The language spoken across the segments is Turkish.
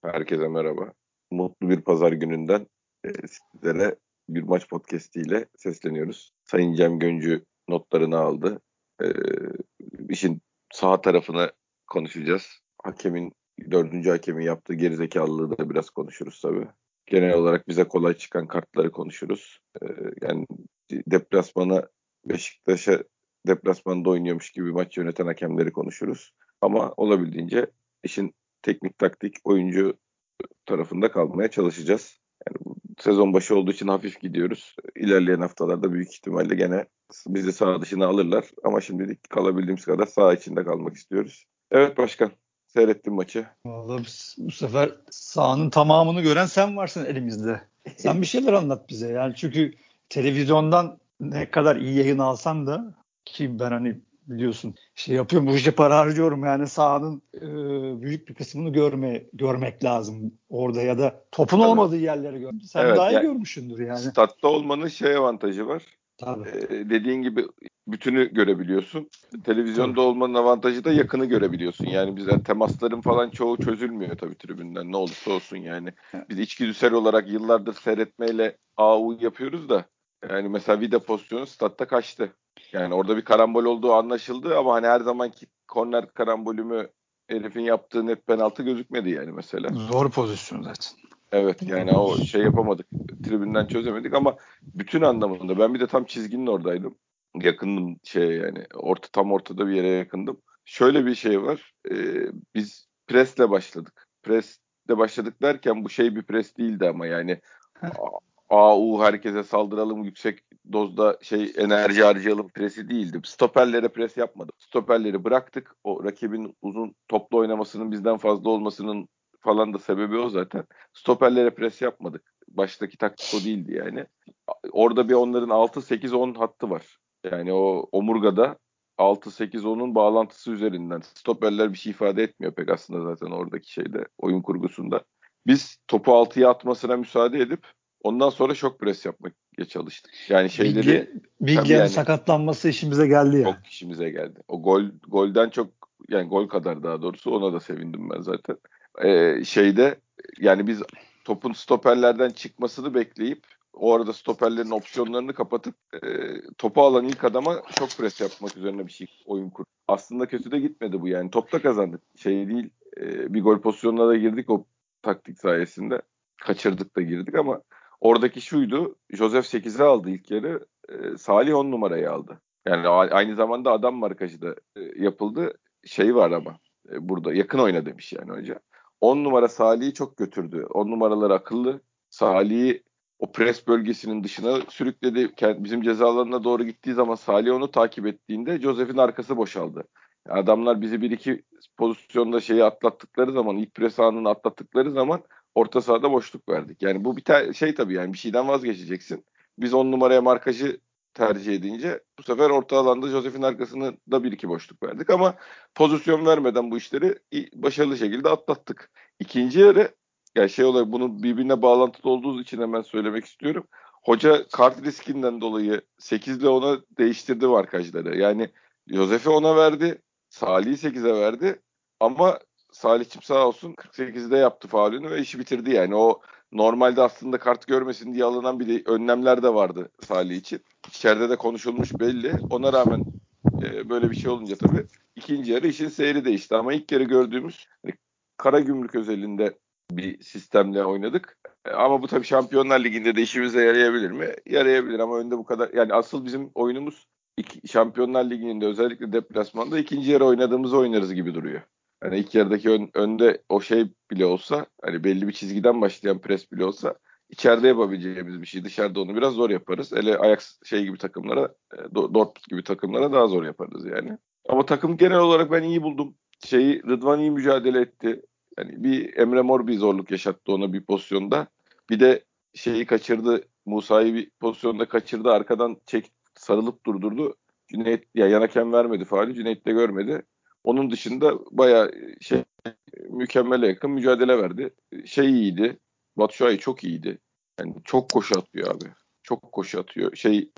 Herkese merhaba. Mutlu bir pazar gününden sizlere bir maç podcastiyle sesleniyoruz. Sayın Cem Göncü notlarını aldı. E, işin sağ tarafına konuşacağız. Dördüncü hakemin yaptığı gerizekalılığı da biraz konuşuruz tabii. Genel olarak bize kolay çıkan kartları konuşuruz. Yani deplasmana Beşiktaş'a deplasmanda oynuyormuş gibi maç yöneten hakemleri konuşuruz. Ama olabildiğince işin teknik taktik oyuncu tarafında kalmaya çalışacağız. Yani bu sezon başı olduğu için hafif gidiyoruz. İlerleyen haftalarda büyük ihtimalle gene bizi saha dışına alırlar. Ama şimdilik kalabildiğimiz kadar saha içinde kalmak istiyoruz. Evet başkan, seyrettim maçı. Vallahi bu sefer sahanın tamamını gören sen varsın elimizde. Sen bir şeyler anlat bize. Yani çünkü televizyondan ne kadar iyi yayın alsan da ki ben hani biliyorsun yapıyorum, bu işe para harcıyorum, yani sahanın büyük bir kısmını görmek lazım orada ya da topun Tabii. olmadığı yerleri gör. Sen Evet, daha iyi yani görmüşsündür yani. statta olmanın avantajı var. Tabii. Dediğin gibi bütünü görebiliyorsun. Televizyonda Tabii. olmanın avantajı da yakını görebiliyorsun. Yani bizden temasların falan çoğu çözülmüyor tabii tribünden. Ne olursa olsun yani. Biz içgüdüsel olarak yıllardır seyretmeyle AU yapıyoruz da. Yani mesela vida pozisyonu statta kaçtı. Yani orada bir karambol olduğu anlaşıldı ama hani her zamanki korner karambolü mü herifin yaptığı net penaltı gözükmedi yani mesela. Zor pozisyon zaten. Evet Zor yani o pozisyon. yapamadık. Tribünden çözemedik ama bütün anlamında ben bir de tam çizginin oradaydım. Yakındım yani tam ortada bir yere yakındım. Şöyle bir şey var. Biz presle başladık. Presle başladık derken bu bir pres değildi ama yani AU herkese saldıralım, yüksek dozda enerji harcayalım presi değildi. Stoperlere pres yapmadık. Stoperleri bıraktık. O rakibin uzun toplu oynamasının bizden fazla olmasının falan da sebebi o zaten. Stoperlere pres yapmadık. Baştaki taktik o değildi yani. Orada bir onların 6-8-10 hattı var. Yani o omurgada 6-8-10'un bağlantısı üzerinden. Stoperler bir şey ifade etmiyor pek aslında zaten oradaki oyun kurgusunda. Biz topu 6'ya atmasına müsaade edip ondan sonra şok pres yapmaya çalıştık. Yani tabii Bilge'nin yani sakatlanması işimize geldi ya. çok işimize geldi. O golden çok, yani gol kadar daha doğrusu, ona da sevindim ben zaten. Ee, şeyde Yani biz topun stoperlerden çıkmasını bekleyip o arada stoperlerin opsiyonlarını kapatıp topu alan ilk adama şok pres yapmak üzerine oyun kur. Aslında kötü de gitmedi bu yani. Topta kazandık. Değil, bir gol pozisyonuna da girdik o taktik sayesinde. Kaçırdık da girdik ama oradaki şuydu. Joseph 8'e aldı ilk yarı. Salih 10 numarayı aldı. Yani aynı zamanda adam markajı da yapıldı. Var ama burada yakın oyna demiş yani hoca. 10 numara Salih'i çok götürdü. 10 numaralar akıllı. Salih'i o pres bölgesinin dışına sürükledi. Bizim ceza alanına doğru gittiği zaman Salih onu takip ettiğinde Joseph'in arkası boşaldı. Yani adamlar bizi bir iki pozisyonda atlattıkları zaman, ilk pres anını atlattıkları zaman orta sahada boşluk verdik. Yani bu bir tabii, yani bir şeyden vazgeçeceksin. Biz 10 numaraya markajı tercih edince bu sefer orta alanda Joseph'in arkasını da bir iki boşluk verdik ama pozisyon vermeden bu işleri başarılı şekilde atlattık. İkinci yarı, yani olarak bunun birbirine bağlantılı olduğu için hemen söylemek istiyorum. Hoca kart riskinden dolayı 8 ile 10'a değiştirdi markajları. Yani Joseph'i 10'a verdi, Salih'i 8'e verdi ama Salih'cim sağ olsun 48'de yaptı faulünü ve işi bitirdi yani. O normalde aslında kart görmesin diye alınan bir de önlemler de vardı Salih için. İçeride de konuşulmuş belli. Ona rağmen böyle bir şey olunca tabii ikinci yarı işin seyri değişti. Ama ilk yarı gördüğümüz Karagümrük özelinde bir sistemle oynadık. Ama bu tabii Şampiyonlar Ligi'nde de işimize yarayabilir mi? Yarayabilir ama önde bu kadar. Yani asıl bizim oyunumuz Şampiyonlar Ligi'nin de özellikle deplasmanda ikinci yarı oynadığımız oynarız gibi duruyor. Yani ilk yarıdaki önde o bile olsa, hani belli bir çizgiden başlayan pres bile olsa içeride yapabileceğimiz bir şey. Dışarıda onu biraz zor yaparız. Hele Ajax gibi takımlara, Dortmund gibi takımlara daha zor yaparız yani. Ama takım genel olarak ben iyi buldum. Rıdvan iyi mücadele etti. Yani bir Emre Mor bir zorluk yaşattı ona bir pozisyonda. Bir de kaçırdı. Musa'yı bir pozisyonda kaçırdı. Arkadan sarılıp durdurdu. Cüneyt ya yanaken vermedi faali. Cüneyt de görmedi. Onun dışında bayağı mükemmele yakın mücadele verdi. İyiydi. Batshuayi çok iyiydi. Yani çok koşu atıyor abi. Çok koşu atıyor.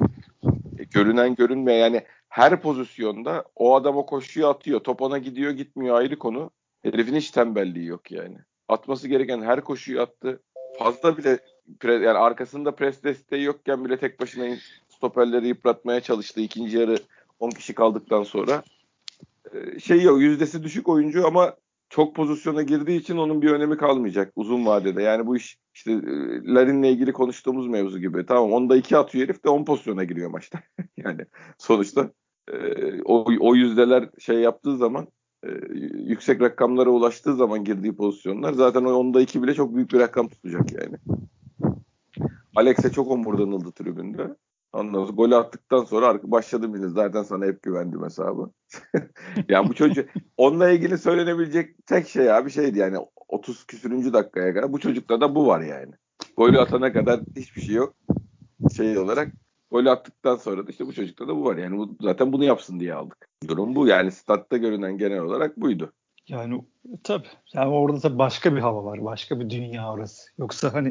Görünen görünmeyen, yani her pozisyonda o adam o koşuyu atıyor. Top ona gidiyor gitmiyor ayrı konu. Herifin hiç tembelliği yok yani. Atması gereken her koşuyu attı. Fazla bile yani arkasında pres desteği yokken bile tek başına stoperleri yıpratmaya çalıştı. İkinci yarı 10 kişi kaldıktan sonra. Yüzdesi düşük oyuncu ama çok pozisyona girdiği için onun bir önemi kalmayacak uzun vadede. Yani bu iş işte Larin'le ilgili konuştuğumuz mevzu gibi. Tamam, onda 2 atıyor herif de 10 pozisyona giriyor maçta. Yani sonuçta o yüzdeler yaptığı zaman yüksek rakamlara ulaştığı zaman girdiği pozisyonlar zaten o onda 2 bile çok büyük bir rakam tutacak yani. Alex'e çok omurdanıldı tribünde. Ondan sonra golü attıktan sonra başladı bile zaten sana hep güvendim hesabı. Yani bu çocuk onunla ilgili söylenebilecek tek şey abi şeydi yani 30 küsürüncü dakikaya kadar bu çocukta da bu var yani. Golü atana kadar hiçbir şey yok olarak. Golü attıktan sonra da işte bu çocukta da bu var yani zaten bunu yapsın diye aldık. Durum bu yani statta görünen genel olarak buydu. Yani tabii. Yani orada tabii başka bir hava var. Başka bir dünya orası. Yoksa hani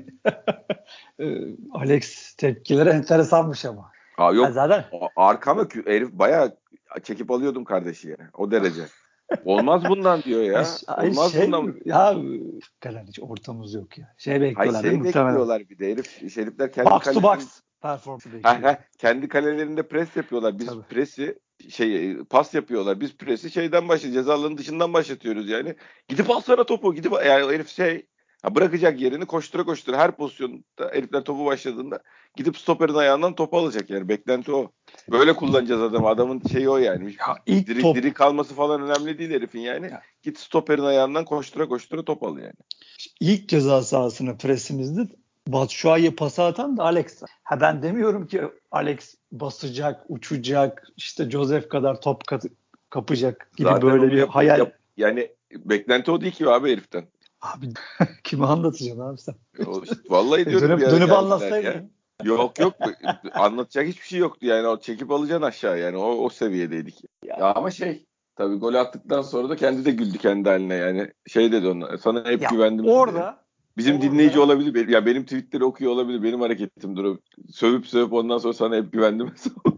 Alex tepkileri enteresanmış ama. Aa, Ha, yok zaten arkama herif bayağı çekip alıyordum kardeşi yani o derece. Olmaz bundan diyor ya. Olmaz bundan. ya kadar hiç ortamız yok ya. Hay Bekliyorlar değil mi muhtemelen? bekliyorlar bir de herifler kendi Box to kalelerinde box performansı bekliyorlar. kendi kalelerinde pres yapıyorlar. Biz Tabii. presi pas yapıyorlar. Biz presi ceza alanının dışından başlatıyoruz yani. Gidip alsana topu. Yani o herif bırakacak yerini koştura koştura her pozisyonda herifler topu başladığında gidip stoperin ayağından topu alacak yani. Beklenti o. Böyle kullanacağız adamı. Adamın o yani. Ya ilk Diri kalması falan önemli değil herifin yani. ya, Git stoperin ayağından koştura koştura top al yani. ilk ceza sahasına presimizde Batshuayi'ye pas atan da Alex. Ha ben demiyorum ki Alex basacak, uçacak, işte Joseph kadar top kapacak gibi Zaten böyle onu bir hayal. yani beklenti o değil ki abi heriften. Abi kime anlatacaksın abi sen? Vallahi diyorum bir ara Dönüp geldiler anlatsaydın ya. ya. Yok anlatacak hiçbir şey yoktu yani o çekip alacaksın aşağı yani o seviyedeydik. Ya ama tabii gol attıktan sonra da kendi de güldü kendi haline yani. Dedi ona sana hep Ya güvendim dedi. orada Bizim dinleyici orada olabilir. Ya benim tweetleri okuyor olabilir. Benim hareketimdir o. Sövüp ondan sonra sana hep güvendim.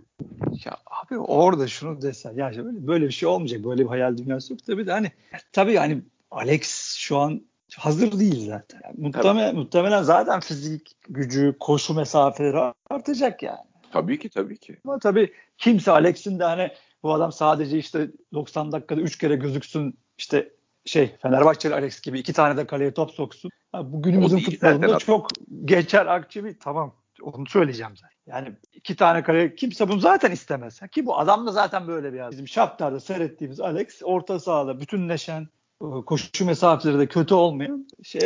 ya abi orada şunu desen ya işte böyle bir şey olmayacak. Böyle bir hayal dünyası yok tabii de tabii yani Alex şu an hazır değil zaten. Yani Tabii. muhtemelen zaten fizik gücü, koşu mesafeleri artacak yani. Tabii ki tabii ki. Ama tabii kimse Alex'in de bu adam sadece işte 90 dakikada 3 kere gözüksün işte Fenerbahçeli Alex gibi 2 tane de kaleye top soksun. O Bugünümüzün değil zaten futbolunda adam. çok geçer akçe bir tamam onu söyleyeceğim zaten. Yani 2 tane kale kimse bunu zaten istemez. Ki bu adam da zaten böyle bir adam. Bizim Shakhtar'da seyrettiğimiz Alex orta sahada bütünleşen koşu mesafeleri de kötü olmayan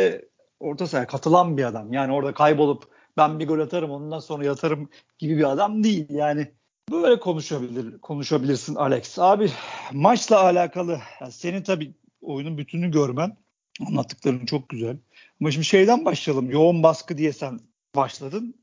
orta sahaya katılan bir adam. Yani orada kaybolup ben bir gol atarım ondan sonra yatarım gibi bir adam değil. Yani böyle konuşabilirsin Alex. Abi maçla alakalı yani senin tabii oyunun bütününü görmen anlattıkların çok güzel. Ama şimdi şeyden başlayalım. Yoğun baskı diye sen başladın.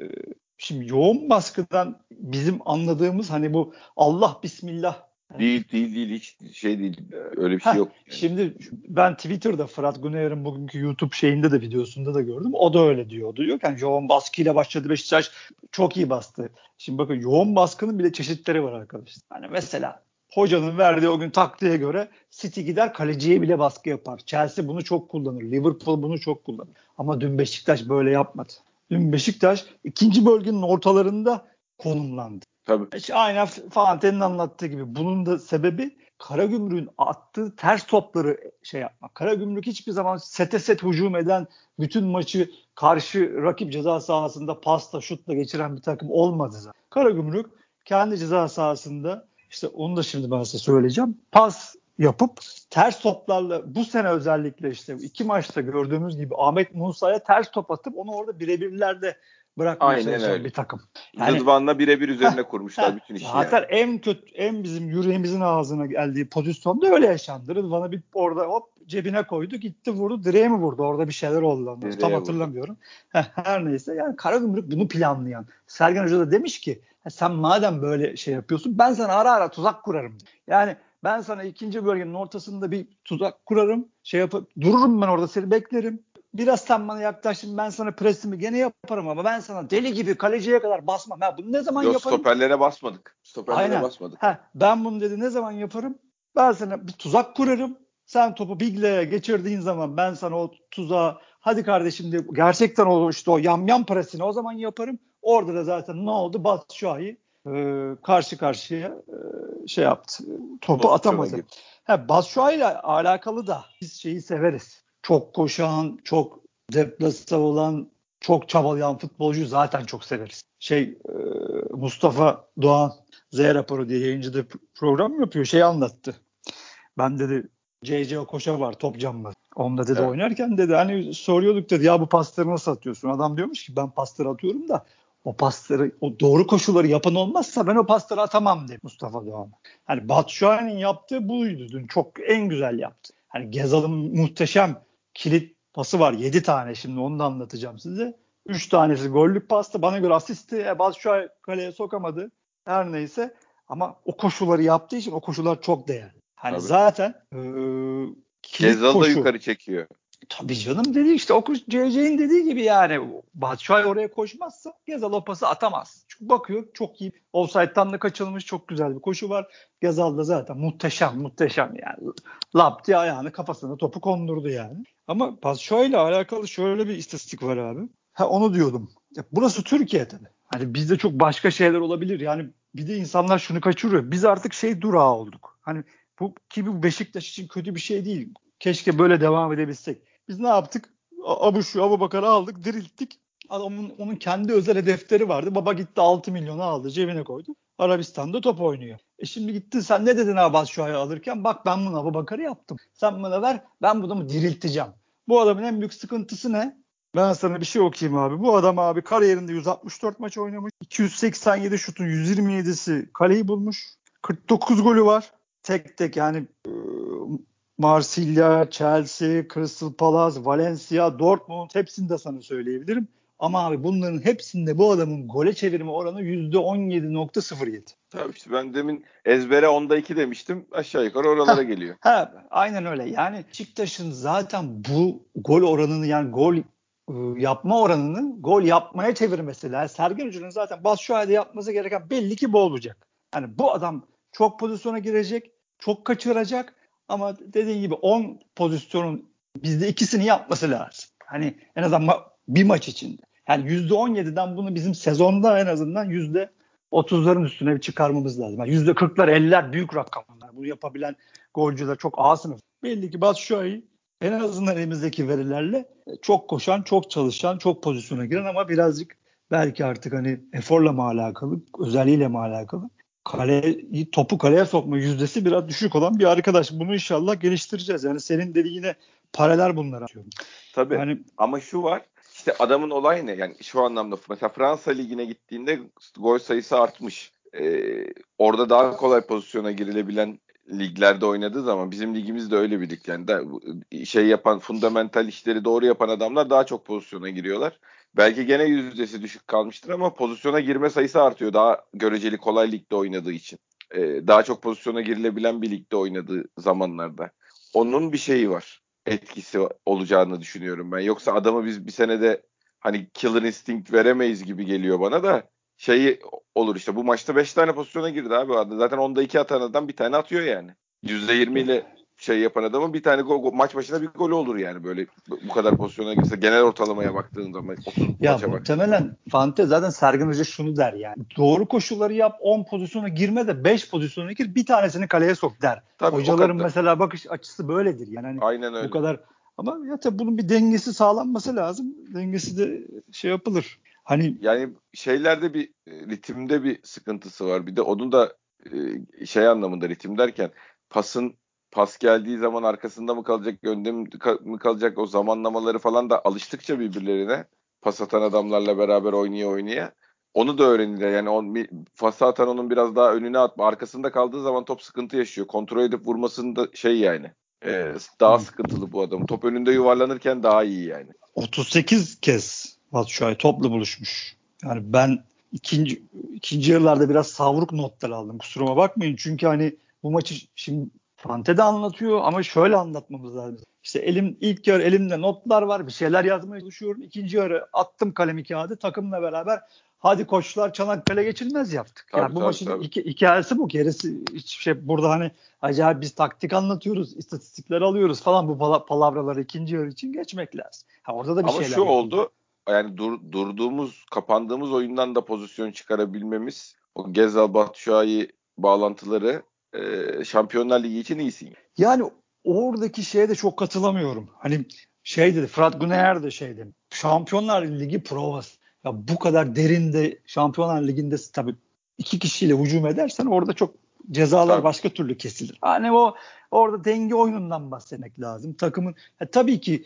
Şimdi yoğun baskıdan bizim anladığımız bu Allah Bismillah. Değil hiç değil. Öyle bir şey yok yani. Şimdi ben Twitter'da Fırat Güneyer'in bugünkü YouTube şeyinde de videosunda da gördüm. O da öyle diyor. Diyor ki yoğun baskıyla başladı Beşiktaş çok iyi bastı. Şimdi bakın yoğun baskının bile çeşitleri var arkadaşlar. Mesela hocanın verdiği o gün taktiğe göre City gider kaleciye bile baskı yapar. Chelsea bunu çok kullanır. Liverpool bunu çok kullanır. Ama dün Beşiktaş böyle yapmadı. Dün Beşiktaş ikinci bölgenin ortalarında konumlandı. Tabii. Aynen Fante'nin anlattığı gibi. Bunun da sebebi Karagümrük'ün attığı ters topları yapmak. Karagümrük hiçbir zaman sete set hücum eden, bütün maçı karşı rakip ceza sahasında pasta, şutla geçiren bir takım olmadı zaten. Karagümrük kendi ceza sahasında işte onu da şimdi ben size söyleyeceğim. Pas yapıp ters toplarla bu sene özellikle işte 2 maçta gördüğümüz gibi Ahmet Musa'ya ters top atıp onu orada birebirlerde bırakmaya Aynen çalışan öyle. bir takım. Rıdvan'la birebir üzerine kurmuşlar bütün işi yani. Zaten en bizim yüreğimizin ağzına geldiği pozisyonda öyle yaşandı. Rıdvan'ı bir orada cebine koydu gitti vurdu. Direğe mi vurdu? Orada bir şeyler oldu ondan sonra. Tam hatırlamıyorum. Her neyse yani Karagümrük bunu planlayan. Sergen Hoca da demiş ki sen madem böyle yapıyorsun ben sana ara ara tuzak kurarım. Yani ben sana ikinci bölgenin ortasında bir tuzak kurarım. Dururum ben orada seni beklerim. Biraz sen bana yaklaştın ben sana presimi gene yaparım ama ben sana deli gibi kaleciye kadar basmam. Bunu ne zaman Yok yaparım? stoperlere basmadık. Aynen. Ben bunu dedi ne zaman yaparım? Ben sana bir tuzak kurarım. Sen topu Bigle'ye geçirdiğin zaman ben sana o tuzağa hadi kardeşim de gerçekten o işte o yamyam presini o zaman yaparım. Orada da zaten ne oldu? Batshuayi karşı karşıya şey yaptı. Topu Pozisyona atamadı. gir. Batshuayi ile alakalı da biz şeyi severiz. Çok koşan, çok deplase olan, çok çabalayan futbolcuyu zaten çok severiz. Mustafa Doğan Z Raporu diye yayıncıda program yapıyor. Anlattı. Ben dedi C.C. Okocha var top cambaz. Onda dedi Evet. oynarken dedi hani soruyorduk dedi ya bu pasları nasıl atıyorsun? Adam diyormuş ki ben pasları atıyorum da o pasları o doğru koşulları yapan olmazsa ben o pasları atamam dedi Mustafa Doğan. Hani Batshuayi'nin yaptığı buydu dün. Çok en güzel yaptı. Hani Gezal'ın muhteşem kilit pası var. 7 tane şimdi onu da anlatacağım size. 3 tanesi gollük pastı. Bana göre asisti. Batshuayi kaleye sokamadı. Her neyse. Ama o koşuları yaptığı için o koşular çok değerli. Hani Tabii. zaten kilit Gezal da koşu. yukarı çekiyor. Tabii canım dedi işte CC'nin dediği gibi yani Batshuayi oraya koşmazsa Gezal o pası atamaz. Çünkü bakıyor çok iyi. Offside'dan da kaçılmış çok güzel bir koşu var. Gezal da zaten muhteşem yani. Lap diye ayağını kafasına topu kondurdu yani. Ama Batshuayi ile alakalı şöyle bir istatistik var abi. Onu diyordum. Ya burası Türkiye tabii. Hani bizde çok başka şeyler olabilir. Yani bir de insanlar şunu kaçırıyor. Biz artık durağı olduk. Hani bu Beşiktaş için kötü bir şey değil. Keşke böyle devam edebilsek. Biz ne yaptık? Abubakar'ı aldık, dirilttik. Onun kendi özel hedefleri vardı. Baba gitti 6 milyonu aldı, cebine koydu. Arabistan'da top oynuyor. Şimdi gittin sen ne dedin abi Batshuayi alırken? Bak ben bunu Abubakar'ı yaptım. Sen bana ver, ben bunu dirilteceğim. Bu adamın en büyük sıkıntısı ne? Ben sana bir şey okuyayım abi. Bu adam abi kariyerinde 164 maç oynamış. 287 şutun 127'si kaleyi bulmuş. 49 golü var. Tek yani Marsilya, Chelsea, Crystal Palace, Valencia, Dortmund hepsini de sana söyleyebilirim. Ama abi bunların hepsinde bu adamın gole çevirme oranı %17.07. Tabii işte ben demin ezbere 10'da 2 demiştim. Aşağı yukarı oralara geliyor. Aynen öyle. Yani Beşiktaş'ın zaten bu gol oranını yani gol yapma oranını gol yapmaya çevirmesi lazım. Sergen Hoca'nın zaten Batshuayi'de yapması gereken belli ki bu olacak. Yani bu adam çok pozisyona girecek, çok kaçıracak ama dediğin gibi 10 pozisyonun bizde ikisini yapması lazım. Hani en azından bir maç içinde. Yani %17'den bunu bizim sezonda en azından %30'ların üstüne bir çıkarmamız lazım. Yani %40'lar 50'ler büyük rakamlar. Bunu yapabilen golcüler çok A sınıf. Belli ki Batshuayi en azından elimizdeki verilerle çok koşan, çok çalışan, çok pozisyona giren ama birazcık belki artık hani eforla mı alakalı, özelliğiyle mi alakalı? Topu kaleye sokma yüzdesi biraz düşük olan bir arkadaş. Bunu inşallah geliştireceğiz. Yani senin dediğine paralel bunlar atıyorum. Tabii. Yani Ama şu var. İşte adamın olayı ne? Yani şu anlamda mesela Fransa Ligi'ne gittiğinde gol sayısı artmış. Orada daha kolay pozisyona girilebilen liglerde oynadığı zaman bizim ligimiz de öyle bir lig. Yani yapan, fundamental işleri doğru yapan adamlar daha çok pozisyona giriyorlar. Belki gene yüzdesi düşük kalmıştır ama pozisyona girme sayısı artıyor. Daha göreceli kolay ligde oynadığı için. Daha çok pozisyona girilebilen bir ligde oynadığı zamanlarda. Onun bir şeyi var, etkisi olacağını düşünüyorum ben. Yoksa adamı biz bir senede hani killer instinct veremeyiz gibi geliyor bana da olur işte bu maçta 5 tane pozisyona girdi abi. Zaten onda 2 atan adam bir tane atıyor yani. %20 ile yapan adamın bir tane maç başına bir golü olur yani böyle bu kadar pozisyona girse genel ortalamaya baktığın zaman 30 ya maça baktığın zaman. muhtemelen Fante zaten Sergen Hoca şunu der yani. Doğru koşulları yap 10 pozisyona girme de 5 pozisyona gir bir tanesini kaleye sok der. Tabii o Hocaların kadar. mesela bakış açısı böyledir. Yani hani Aynen bu öyle. kadar ama ya tabii bunun bir dengesi sağlanması lazım. Dengesi de yapılır. Hani Yani şeylerde bir ritimde bir sıkıntısı var. Bir de onun da anlamında ritim derken pas geldiği zaman arkasında mı kalacak, önde mi kalacak o zamanlamaları falan da alıştıkça birbirlerine pas atan adamlarla beraber oynaya onu da öğrenir. Yani pas atan onun biraz daha önüne atma. Arkasında kaldığı zaman top sıkıntı yaşıyor. Kontrol edip vurmasında yani daha sıkıntılı bu adam. Top önünde yuvarlanırken daha iyi yani. 38 kez Batshuayi topla buluşmuş. Yani ben ikinci yarılarda biraz savruk notlar aldım. Kusuruma bakmayın. Çünkü hani bu maçı şimdi Fante de anlatıyor ama şöyle anlatmamız lazım. İşte ilk yarı elimde notlar var. Bir şeyler yazmaya çalışıyorum. İkinci yarı attım kalemi kağıdı. Takımla beraber hadi koçlar Çanakkale geçilmez yaptık. Tabii, Yani bu tabii, maçın tabii. hikayesi bu. Gerisi hiçbir şey. Burada hani acayip biz taktik anlatıyoruz, istatistikler alıyoruz falan, bu palavraları ikinci yarı için geçmek lazım. Orada da bir Ama şeyler şu yapıldı. oldu. Yani kapandığımız oyundan da pozisyon çıkarabilmemiz, o Gezal Batshuayi bağlantıları Şampiyonlar Ligi için iyisin. Yani oradaki şeye de çok katılamıyorum. Hani şey dedi, Fırat Güneyer de şey dedi. Şampiyonlar Ligi provası. Ya bu kadar derinde Şampiyonlar Ligi'nde tabii iki kişiyle hücum edersen orada çok cezalar Tabii. başka türlü kesilir. Hani orada denge oyunundan bahsetmek lazım. Takımın tabii ki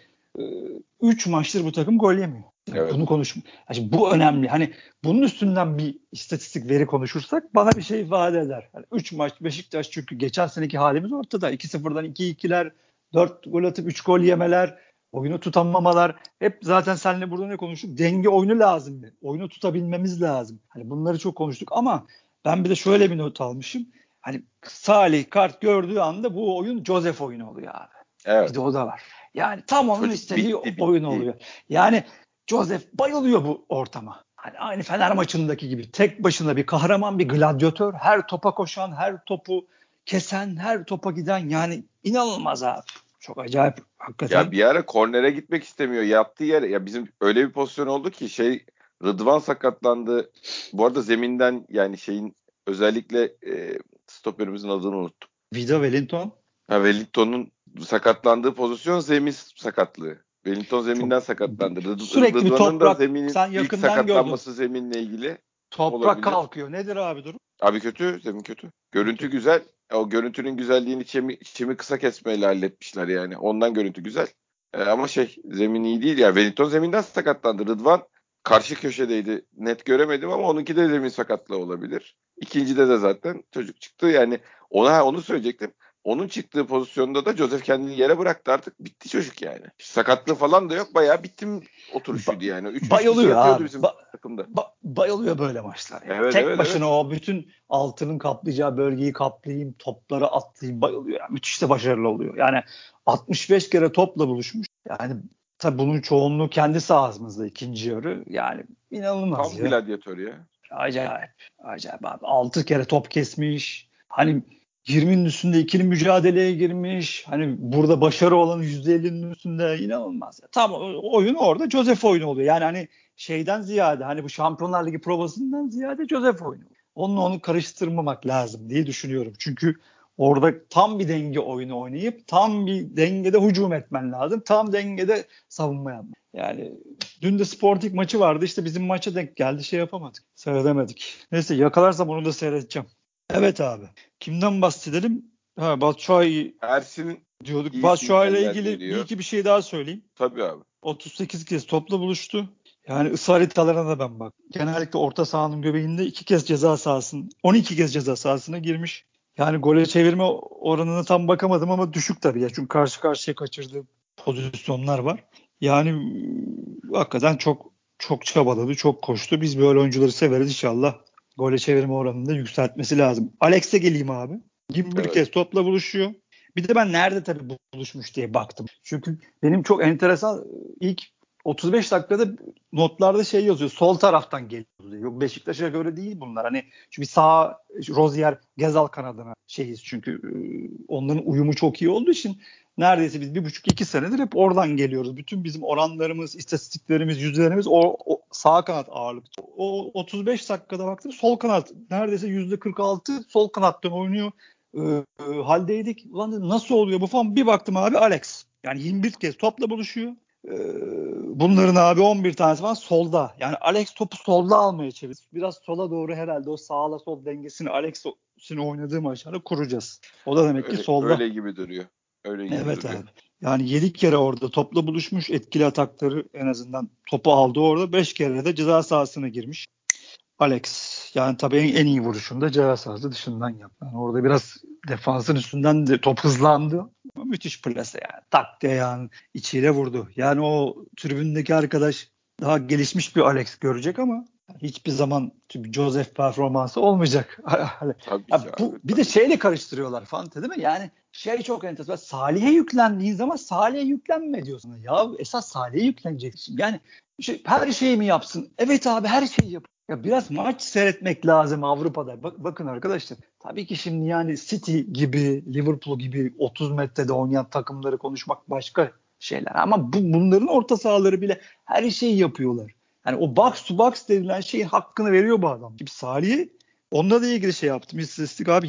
3 maçtır bu takım gol yemiyor. Yani Evet. bunu yani bu önemli. Hani bunun üstünden bir istatistik veri konuşursak bana bir şey ifade eder. Yani 3 maç Beşiktaş, çünkü geçen seneki halimiz ortada. 2-0'dan 2-2'ler, 4 gol atıp 3 gol yemeler, oyunu tutamamalar. Hep zaten seninle burada ne konuştuk? Denge oyunu lazım. Oyunu tutabilmemiz lazım. Hani bunları çok konuştuk ama ben bir de şöyle bir not almışım. Hani Salih kart gördüğü anda bu oyun Joseph oyunu oluyor abi. Bir Evet. de o da var. Yani tam onun Çocuk istediği oyun bitti. oluyor. Yani Joseph bayılıyor bu ortama. Hani aynı Fener maçındaki gibi tek başına bir kahraman, bir gladyatör, her topa koşan, her topu kesen, her topa giden, yani inanılmaz abi. Çok acayip Ya hakikaten. bir ara kornere gitmek istemiyor. Yattığı yere, ya bizim öyle bir pozisyon oldu ki Rıdvan sakatlandı. Bu arada zeminden, yani özellikle stoperimizin adını unuttum. Vida Wellington Wellington'un sakatlandığı pozisyon zemin sakatlığı. Wellington çok zeminden sakatlandı. sürekli bir Rıdvan'ın da toprak, zeminin sen ilk yakından gördün. sakatlanması zeminle ilgili Toprak olabilir. kalkıyor. Nedir abi durum? Abi kötü, zemin kötü. Görüntü Kötü. güzel. O görüntünün güzelliğini çimi kısa kesmeyle halletmişler yani. Ondan görüntü güzel. Ama zemin iyi değil ya. Wellington zeminden sakatlandı. Rıdvan karşı köşedeydi. Net göremedim ama onunki de zemin sakatlığı olabilir. İkincide de zaten çocuk çıktı. Yani onu söyleyecektim. Onun çıktığı pozisyonda da Joseph kendini yere bıraktı artık. Bitti çocuk yani. Sakatlığı falan da yok. Bayağı bittim oturuşuydu Ba- yani. 3 kişi bayılıyor yatıyordu abi. bizim takımda. Bayılıyor böyle maçlar yani. Evet, Tek evet, başına evet. o bütün altının kaplayacağı bölgeyi kaplayayım, topları atlayayım, bayılıyor. Yani müthiş de başarılı oluyor. Yani 65 kere topla buluşmuş. Yani tabii bunun çoğunluğu kendi sahamızda ikinci yarı. Yani inanılmaz Tam ya. gladyatör ya. Acayip. Acayip abi. 6 kere top kesmiş. Hani 20'nin üstünde ikili mücadeleye girmiş. Hani burada başarı olanı %50'nin üstünde, inanılmaz. Tam oyun orada Joseph oyunu oluyor. Yani hani şeyden ziyade, hani bu Şampiyonlar Ligi provasından ziyade Joseph oyunu. Onu karıştırmamak lazım diye düşünüyorum. Çünkü orada tam bir denge oyunu oynayıp tam bir dengede hücum etmen lazım. Tam dengede savunma yapman. Yani dün de Sporting maçı vardı. İşte bizim maça denk geldi. Şey yapamadık. Seyredemedik. Neyse, yakalarsam onu da seyredeceğim. Evet abi. Kimden bahsedelim? Batshuayi Ersin diyorduk. iyi Batshuayi ile sinyaller ilgili bir veriyor. iki bir şey daha söyleyeyim. Tabii abi. 38 kez topla buluştu. Yani ısı haritalarına da ben bak. Genellikle orta sahanın göbeğinde 2 kez ceza sahasının, 12 kez ceza sahasına girmiş. Yani gole çevirme oranına tam bakamadım ama düşük tabii ya. Çünkü karşı karşıya kaçırdığı pozisyonlar var. Yani hakikaten çok çok çabaladı, çok koştu. Biz böyle oyuncuları severiz inşallah. Gole çevirme oranını da yükseltmesi lazım. Alex'e geleyim abi. 21 Evet. kez topla buluşuyor. Bir de ben nerede tabii buluşmuş diye baktım. Çünkü benim çok enteresan, ilk 35 dakikada notlarda şey yazıyor. Sol taraftan geliyor diyor. Yok, Beşiktaş'a göre değil bunlar. Hani çünkü sağ Rozier Gezal kanadına şeyiz, çünkü onların uyumu çok iyi olduğu için neredeyse biz 1,5-2 senedir hep oradan geliyoruz. Bütün bizim oranlarımız, istatistiklerimiz, yüzdelerimiz o sağ kanat ağırlık. O 35 dakikada baktım, sol kanat neredeyse %46 sol kanattan oynuyor haldeydik. Ulan dedim, nasıl oluyor bu falan. Bir baktım abi, Alex. Yani 21 kez topla buluşuyor. Bunların abi 11 tanesi falan solda. Yani Alex topu solda almaya çeviriyor. Biraz sola doğru herhalde o sağla sol dengesini Alex'in oynadığı maçlarda kuracağız. O da demek ki Öyle solda. öyle gibi duruyor. Öyle gibi Evet duruyor. abi. Yani 7 kere orada topla buluşmuş. Etkili atakları, en azından topu aldı orada. 5 kere de ceza sahasına girmiş. Alex. Yani tabii en iyi vuruşunu da ceza sahası dışından yaptı. Yani orada biraz defansın üstünden de top hızlandı. Ama müthiş plase yani. Tak diye yani içiyle vurdu. Yani o tribündeki arkadaş daha gelişmiş bir Alex görecek ama hiçbir zaman Joseph performansı olmayacak. Tabii Ya ki abi. bu bir de Tabii ki. şeyle karıştırıyorlar falan, değil mi? Yani şey çok enteresan. Salih'e yüklendiğin zaman Salih'e yüklenme diyorsun. Ya esas Salih'e yükleneceksin. Yani her şeyi mi yapsın? Evet abi, her şeyi yap. Ya biraz maç seyretmek lazım Avrupa'da. Bakın arkadaşlar. Tabii ki şimdi yani City gibi, Liverpool gibi 30 metrede oynayan takımları konuşmak başka şeyler. Ama bunların orta sahaları bile her şeyi yapıyorlar. Yani o box to box denilen şeyin hakkını veriyor bu adam. Gibi Salih'i onunla da ilgili şey yaptım. İstatistik abi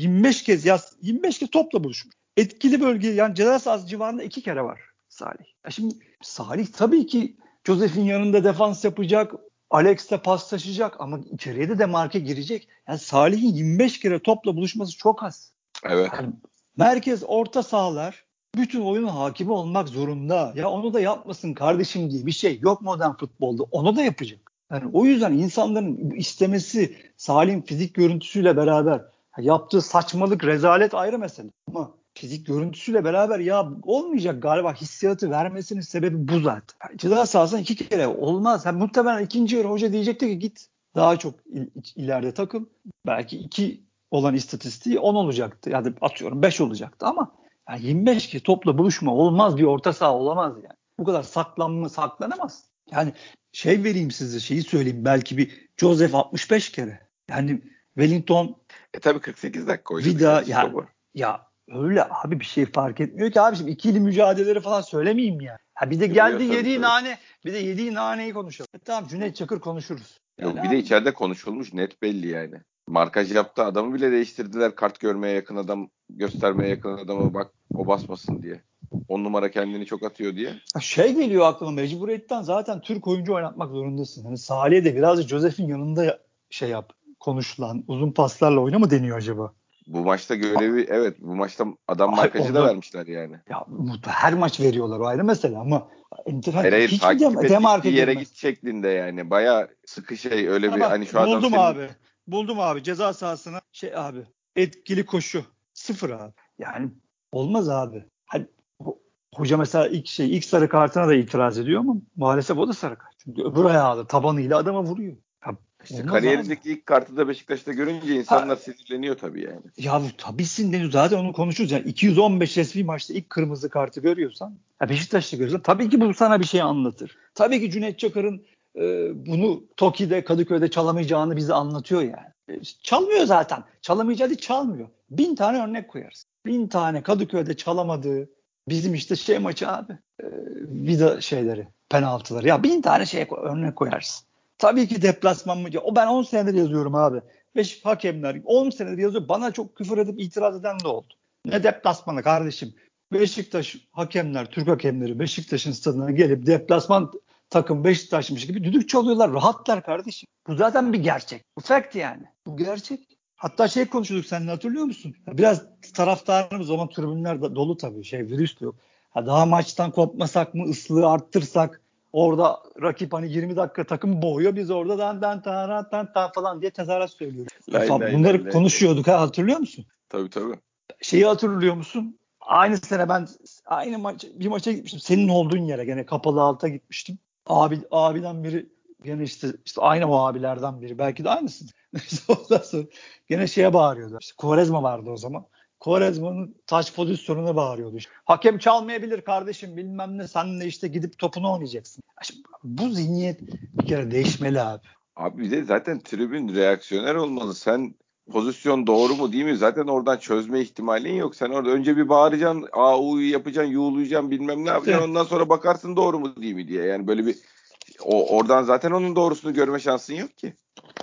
25 kez topla buluşmuş. Etkili bölge yani ceza sahası civarında 2 kere var Salih. Ya şimdi Salih tabii ki Josef'in yanında defans yapacak. Alex'le paslaşacak ama içeriye de demarke girecek. Yani Salih'in 25 kere topla buluşması çok az. Evet. Yani merkez orta sahalar bütün oyunun hakimi olmak zorunda. Ya onu da yapmasın kardeşim diye bir şey yok modern futbolda. Onu da yapacak. Yani o yüzden insanların istemesi Salih'in fizik görüntüsüyle beraber yaptığı saçmalık, rezalet ayrı mesele. Ama fizik görüntüsüyle beraber ya olmayacak galiba hissiyatı vermesinin sebebi bu zaten. Yani ceza sahasına 2 kere olmaz. Yani muhtemelen ikinci yarı hoca diyecekti ki git daha çok ileride takıl. Belki 2 olan istatistiği 10 olacaktı. Yani atıyorum 5 olacaktı ama yani 25 kez topla buluşma olmaz, bir orta saha olamaz yani. Bu kadar saklanamaz. Yani şey vereyim size, şeyi söyleyeyim, belki bir Joseph 65 kere. Yani Wellington, Tabii 48 dakika oynadık Vida neticede ya baba. ya öyle abi, bir şey fark etmiyor ki abi, şimdi ikili mücadeleleri falan söylemeyeyim ya. Ha bir de Yo, geldi tabii yediği tabii. nane, bir de yediği naneyi konuşalım. Tamam, Cüneyt Çakır konuşuruz. Yani Yok bir de abi içeride konuşulmuş net belli yani. Markaj yaptı adamı bile değiştirdiler. Kart görmeye yakın adam, göstermeye yakın adama bak o basmasın diye. 10 numara kendini çok atıyor diye. şey geliyor aklıma, mecburiyetten zaten Türk oyuncu oynatmak zorundasın. Hani Salih'e de birazcık Joseph'in yanında şey yap, konuşulan uzun paslarla oyna mı deniyor acaba? Bu maçta görevi evet bu maçta adam Ay, markajı da onda vermişler yani. ya her maç veriyorlar, o ayrı mesele ama Hayır hayır hiç mi takip et demarka gittiği yere girmez? git şeklinde yani. Baya sıkı şey öyle Ha bir bak, hani şu adam buldum senin abi. Buldum abi, ceza sahasına şey abi, etkili koşu sıfır abi. Yani olmaz abi. Hani, hoca mesela ilk sarı kartına da itiraz ediyor ama maalesef o da sarı kart. Çünkü öbür ayağıyla tabanıyla adama vuruyor. Ya, işte olmaz abi. kariyerindeki ilk kartı da Beşiktaş'ta görünce insanlar Ha, sinirleniyor tabii yani. ya tabii deniyor zaten, onu konuşuruz. Yani 215 resmi maçta ilk kırmızı kartı görüyorsan, ya Beşiktaş'ta görüyorsan tabii ki bu sana bir şey anlatır. Tabii ki Cüneyt Çakır'ın bunu Toki'de, Kadıköy'de çalamayacağını bize anlatıyor yani. Çalmıyor zaten. Çalamayacağı değil, çalmıyor. 1000 tane örnek koyarız. 1000 tane Kadıköy'de çalamadığı bizim işte şey maçı abi. Vida şeyleri, penaltıları. Ya 1000 tane örnek koyarsın. Tabii ki deplasman mı? O ben 10 senedir yazıyorum abi. Beş hakemler 10 senedir yazıyor. Bana çok küfür edip itiraz eden de oldu. Ne deplasmanı kardeşim? Beşiktaş hakemler, Türk hakemleri Beşiktaş'ın stadına gelip deplasman takım Beşiktaş'mış gibi düdük çalıyorlar. Rahatlar kardeşim. Bu zaten bir gerçek. Bu fact yani. Bu gerçek. Hatta şey konuşuyorduk seninle, hatırlıyor musun? Biraz taraftarımız, o zaman tribünler dolu tabii. Virüs de yok. Daha maçtan kopmasak mı? Islığı arttırsak? Orada rakip hani 20 dakika takım boğuyor. Biz orada dan falan diye tezahürat söylüyoruz. Lay lay lay Bunları lay lay. konuşuyorduk, hatırlıyor musun? Tabii tabii. Şeyi hatırlıyor musun? Aynı sene ben bir maça gitmiştim. Senin olduğun yere, gene kapalı alta gitmiştim. Abiden biri, gene işte aynı o abilerden biri. Belki de aynısı. Ondan sonra gene şeye bağırıyordu. İşte Quaresma vardı o zaman. Quaresma'nın taç pozisyonuna bağırıyordu. İşte, hakem çalmayabilir kardeşim bilmem ne. Sen de işte gidip topunu oynayacaksın. Şimdi, bu zihniyet bir kere değişmeli abi. Abi bir de zaten tribün reaksiyoner olmalı. Sen pozisyon doğru mu değil mi? Zaten oradan çözme ihtimalin yok. Sen orada önce bir bağıracaksın, U'yu yapacaksın, yuğulayacaksın, bilmem ne İşte yapacaksın. Ondan sonra bakarsın doğru mu değil mi diye. Yani böyle bir oradan zaten onun doğrusunu görme şansın yok ki.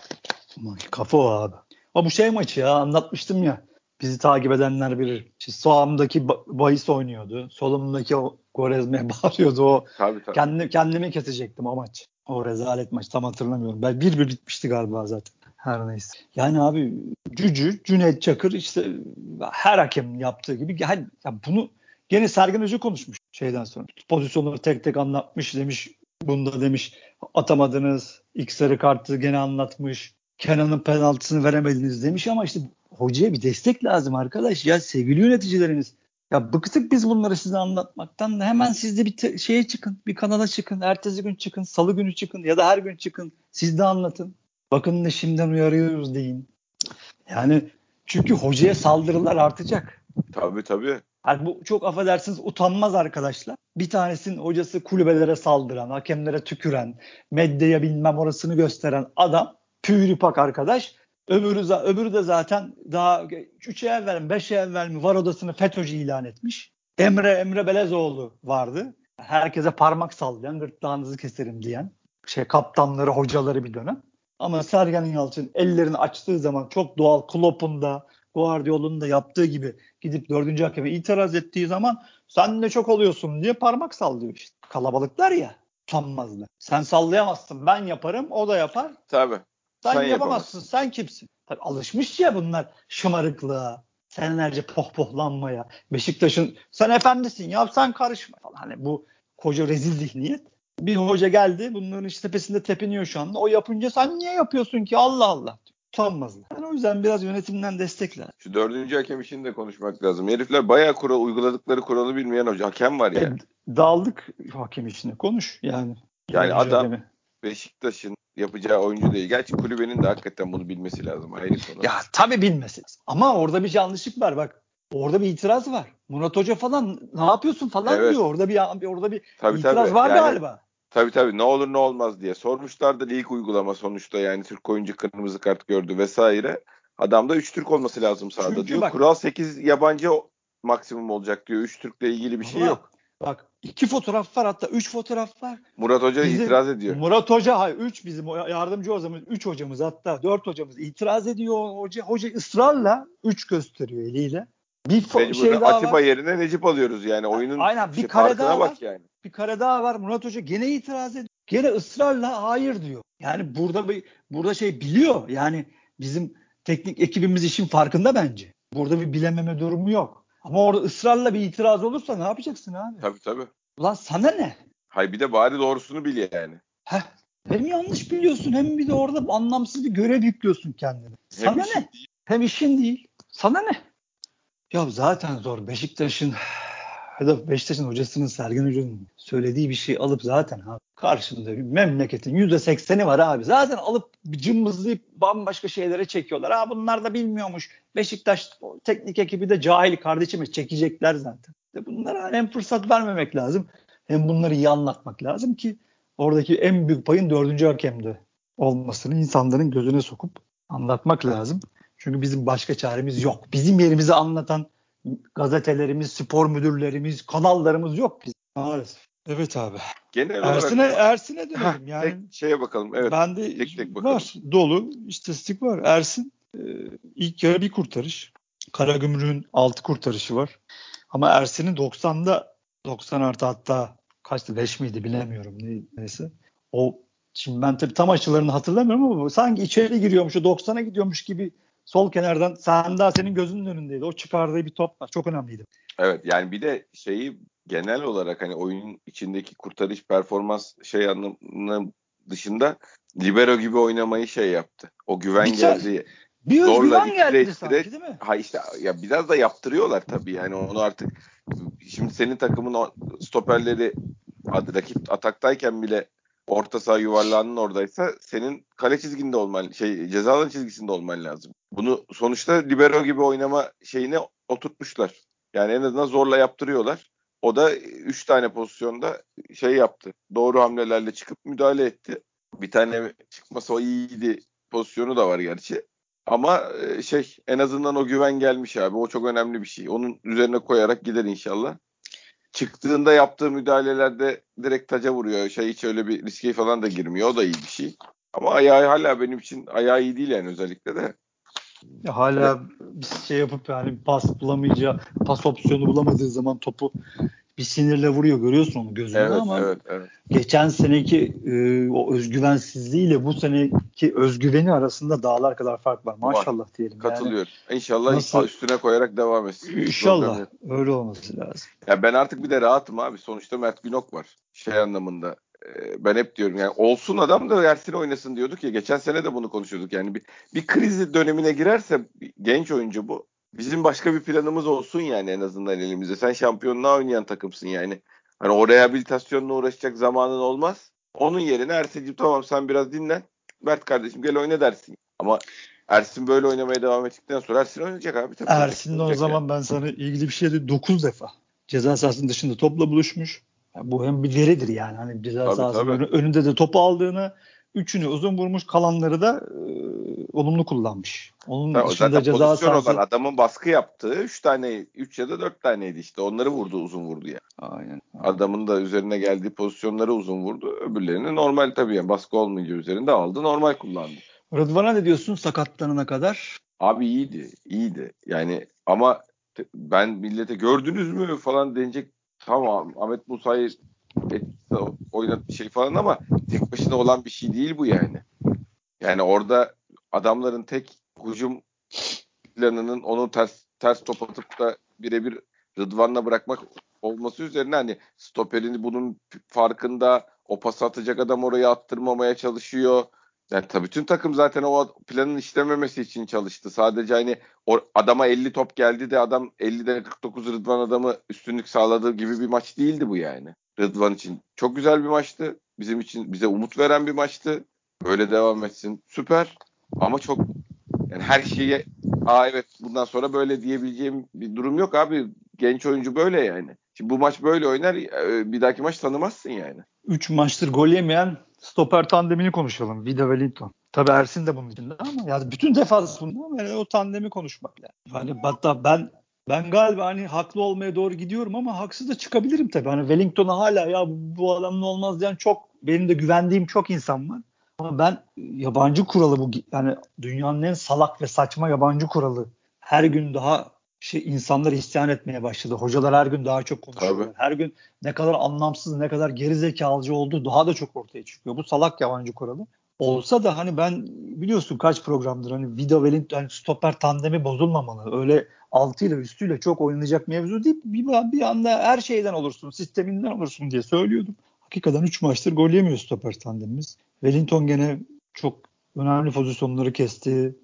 kafa o abi. Ama bu şey maçı ya, anlatmıştım ya. Bizi takip edenler bilir. İşte sağımdaki bahis oynuyordu. Solumdaki o Quaresma'ya bağırıyordu. O Tabii tabii. kendimi kesecektim o maç. O rezalet maç, tam hatırlamıyorum. Ben 1-1 bitmişti galiba zaten. Her neyse. Yani abi Cüneyt Çakır işte her hakemin yaptığı gibi yani, ya bunu gene Sergen Hoca konuşmuş şeyden sonra. Pozisyonları tek tek anlatmış, demiş bunda demiş atamadınız. İlk sarı kartı gene anlatmış. Kenan'ın penaltısını veremediniz demiş ama işte hocaya bir destek lazım arkadaş. Ya sevgili yöneticilerimiz, ya bıktık biz bunları size anlatmaktan da, hemen siz de bir şeye çıkın. Bir kanala çıkın. Ertesi gün çıkın. Salı günü çıkın. Ya da her gün çıkın. Siz de anlatın. Bakın da şimdiden uyarıyoruz deyin. Yani çünkü hocaya saldırılar artacak. Tabii tabii. Yani bu çok affedersiniz utanmaz arkadaşlar. Bir tanesinin hocası kulübelere saldıran, hakemlere tüküren, medyaya bilmem orasını gösteren adam püripak arkadaş. Öbürü de zaten daha 3 ay evvel mi 5 ay evvel mi var odasını FETÖ'cü ilan etmiş. Emre Belezoğlu vardı. Herkese parmak sallayan, gırtlağınızı keserim diyen. Kaptanları, hocaları bir dönem. Ama Sergen Yalçın ellerini açtığı zaman çok doğal Klopp'un da Guardiola'nın da yaptığı gibi gidip 4. hakeme itiraz ettiği zaman sen ne çok oluyorsun diye parmak sallıyor işte. Kalabalıklar ya, utanmazlar. Sen sallayamazsın, ben yaparım, o da yapar. Tabii. Sen Sen yapamazsın, yapamazsın. sen kimsin? Tabii alışmış ya bunlar şımarıklığa, senelerce pohpohlanmaya. Beşiktaş'ın sen efendisin ya, sen karışma falan. Hani bu koca rezil zihniyet. Bir hoca geldi, bunların işte tepesinde tepiniyor şu anda. O yapınca sen niye yapıyorsun ki, Allah Allah. Utanmazlar. Yani o yüzden biraz yönetimden destekler. Şu 4. hakem işini de konuşmak lazım. Herifler bayağı uyguladıkları kuralı bilmeyen hakem var ya. Daldık hakem işine, konuş yani. Yani adam Hakemi. Beşiktaş'ın yapacağı oyuncu değil. Gerçi kulübenin de hakikaten bunu bilmesi lazım. Ayrı konu. Ya tabii bilmesin. Ama orada bir yanlışlık var bak. Orada bir itiraz var. Murat Hoca falan ne yapıyorsun falan Evet. diyor. Orada bir Tabii itiraz var yani, galiba. tabii ne olur ne olmaz diye sormuşlardı, ilk uygulama sonuçta, yani Türk oyuncu kırmızı kart gördü vesaire. Adamda 3 Türk olması lazım sahada Çünkü diyor. bak, Kural 8 yabancı maksimum olacak diyor. 3 Türk'le ilgili bir şey valla yok. bak 2 fotoğraf var, hatta 3 fotoğraf var. Murat Hoca Bizim itiraz ediyor. Murat Hoca, hayır 3 bizim yardımcı hocamız, 3 hocamız, hatta 4 hocamız itiraz ediyor. Hoca ısrarla 3 gösteriyor eliyle. Bir Mecburen şey daha Atiba var. yerine Necip alıyoruz yani. Oyunun Aynen, bir kare farkına daha var. bak yani. Bir kare daha var. Murat Hoca gene itiraz ediyor. Gene ısrarla hayır diyor. Yani burada şey biliyor. Yani bizim teknik ekibimiz işin farkında bence. Burada bir bilememe durumu yok. Ama orada ısrarla bir itiraz olursa ne yapacaksın abi? Tabii. Ulan sana ne? Hay bir de bari doğrusunu bil yani. Heh, hem yanlış biliyorsun hem bir de orada anlamsız bir görev yüklüyorsun kendine. Hem Sana işin ne? Hem işin değil. Sana ne? Ya zaten zor. Beşiktaş'ın hocasının, Sergen Hoca'nın söylediği bir şey alıp zaten abi karşında bir memleketin %80'i var abi. Zaten alıp cımbızlayıp bambaşka şeylere çekiyorlar. Bunlar da bilmiyormuş. Beşiktaş teknik ekibi de cahil kardeşim, çekecekler zaten. Bunlara hem fırsat vermemek lazım hem bunları iyi anlatmak lazım ki oradaki en büyük payın 4. hakemde olmasını insanların gözüne sokup anlatmak lazım. Çünkü bizim başka çaremiz yok. Bizim yerimizi anlatan gazetelerimiz, spor müdürlerimiz, kanallarımız yok bizim maalesef. Evet abi. genel olarak Ersin'e dönelim. tek Yani şeye bakalım. Evet. bende Tek bakalım. var. Dolu istatistik var. Ersin ilk yarı bir kurtarış. Karagümrük'ün 6 kurtarışı var. Ama Ersin'in 90 artı, hatta kaçtı, 5 miydi bilemiyorum. Neyse. Şimdi ben tabii tam açılarını hatırlamıyorum ama sanki içeri giriyormuş, o 90'a gidiyormuş gibi sol kenardan, senin gözünün önündeydi. O çıkardığı bir top var. Çok önemliydi. Evet, yani bir de genel olarak hani oyunun içindeki kurtarış performans anlamı dışında libero gibi oynamayı yaptı. O güven geldi. Bir Zorla özgüven itire geldi itire. sanki, değil mi? Ha işte ya, biraz da yaptırıyorlar tabii yani onu artık. Şimdi senin takımın stoperleri rakip ataktayken bile orta saha yuvarlağının oradaysa senin kale çizginde olman, ceza alan çizgisinde olman lazım. Bunu sonuçta libero gibi oynama şeyine oturtmuşlar. Yani en azından zorla yaptırıyorlar. O da 3 tane pozisyonda yaptı. Doğru hamlelerle çıkıp müdahale etti. Bir tane çıkması o iyiydi pozisyonu da var gerçi. Ama en azından o güven gelmiş abi. O çok önemli bir şey. Onun üzerine koyarak gider inşallah. Çıktığında yaptığı müdahalelerde direkt taca vuruyor. Hiç öyle bir riske falan da girmiyor. O da iyi bir şey. Ama ayağı hala benim için iyi değil yani, özellikle de. Hala bir yapıp yani pas opsiyonu bulamadığı zaman topu bir sinirle vuruyor, görüyorsun onu gözünde, Evet, ama evet. geçen seneki o özgüvensizliğiyle bu seneki özgüveni arasında dağlar kadar fark var. Var. Maşallah diyelim. Yani Katılıyorum. İnşallah nasıl, üstüne koyarak devam etsin. Hiç problem inşallah yok. öyle olması lazım. Ya ben artık bir de rahatım abi. Sonuçta Mert Günok var. Anlamında. Ben hep diyorum yani, olsun adam da Ersin oynasın diyorduk ya. Geçen sene de bunu konuşuyorduk. Yani bir kriz dönemine girerse genç oyuncu bu. Bizim başka bir planımız olsun yani, en azından elimizde. Sen şampiyonluğa oynayan takımsın yani. Hani o rehabilitasyonla uğraşacak zamanın olmaz. Onun yerine Ersin'cim tamam sen biraz dinlen. Mert kardeşim gel oyna dersin. Ama Ersin böyle oynamaya devam ettikten sonra Ersin oynayacak abi. Tabii Ersin'le o oynayacak yani. zaman ben sana ilgili bir şey de 9 defa ceza sahasının dışında topla buluşmuş. Ya bu hem bir veridir yani. Hani ceza Tabii. sahasının önünde de topu aldığını, üçünü uzun vurmuş, kalanları da olumlu kullanmış. Onun dışında Zaten ceza pozisyon olan sahası. adamın baskı yaptığı 3 ya da 4 taneydi işte. Onları vurdu, uzun vurdu yani. Aynen. Adamın da üzerine geldiği pozisyonları uzun vurdu. Öbürlerini normal tabii yani, baskı olmayınca üzerinde aldı, normal kullandı. Rıdvan'a ne diyorsun sakatlanana kadar? Abi iyiydi. Yani ama ben millete gördünüz mü falan denecek. Tamam, Ahmet Musa'yı oynat bir şey falan ama tek başına olan bir şey değil bu yani. Yani orada adamların tek hücum planının onu ters top atıp da birebir Rıdvan'la bırakmak olması üzerine, hani stoperini bunun farkında, o pas atacak adam oraya attırmamaya çalışıyor. Yani tabii bütün takım zaten o planın işlememesi için çalıştı. Sadece hani adama 50 top geldi de adam 50'de 49 Rıdvan adamı üstünlük sağladığı gibi bir maç değildi bu yani. Rıdvan için çok güzel bir maçtı. Bizim için bize umut veren bir maçtı. Böyle devam etsin. Süper. Ama çok, yani her şeye evet bundan sonra böyle diyebileceğim bir durum yok abi. Genç oyuncu böyle yani. Şimdi bu maç böyle oynar, bir dahaki maç tanımazsın yani. 3 maçtır gol yemeyen stoper tandemini konuşalım. Vida ve Linton. Tabii Ersin de bunun içinde ama yani bütün defans bunda, ama yani o tandemi konuşmak lazım. Yani hatta ben galiba hani haklı olmaya doğru gidiyorum ama haksız da çıkabilirim tabii. Hani Wellington'a hala ya bu adamla olmaz diyen çok, benim de güvendiğim çok insan var. Ama ben yabancı kuralı bu, yani dünyanın en salak ve saçma yabancı kuralı her gün daha insanlar isyan etmeye başladı. Hocalar her gün daha çok Tabii. konuşuyorlar. Her gün ne kadar anlamsız, ne kadar gerizekalıcı olduğu daha da çok ortaya çıkıyor. Bu salak yabancı kuralı. Olsa da hani ben biliyorsun kaç programdır hani Vida Wellington yani stoper tandemi bozulmamalı. Öyle altıyla üstüyle çok oynanacak mevzu değil. Bir anda her şeyden olursun, sisteminden olursun diye söylüyordum. Hakikaten 3 maçtır gol yemiyor stoper tandemimiz. Wellington gene çok önemli pozisyonları kesti.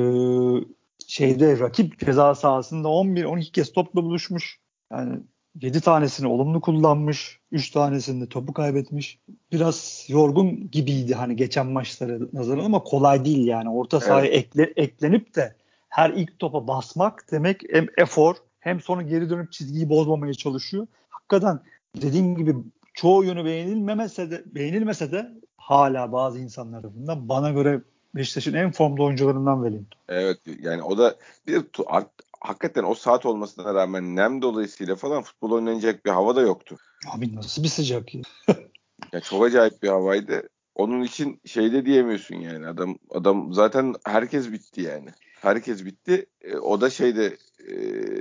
Rakip ceza sahasında 11-12 kez topla buluşmuş. Yani 7 tanesini olumlu kullanmış. 3 tanesinde topu kaybetmiş. Biraz yorgun gibiydi hani geçen maçlara nazaran ama kolay değil yani. Orta sahaya Evet. eklenip de her ilk topa basmak demek hem efor hem sonra geri dönüp çizgiyi bozmamaya çalışıyor. Hakikaten dediğim gibi çoğu yönü beğenilmese de hala bazı insanlar tarafından bana göre Beşiktaş'ın en formda oyuncularından Wellington. Evet yani o da bir hakikaten o saat olmasına rağmen nem dolayısıyla falan futbol oynanacak bir hava da yoktu. Abi nasıl bir sıcak ya. Ya çok acayip bir havaydı. Onun için şeyde diyemiyorsun yani. Adam zaten herkes bitti yani. Herkes bitti. O da e,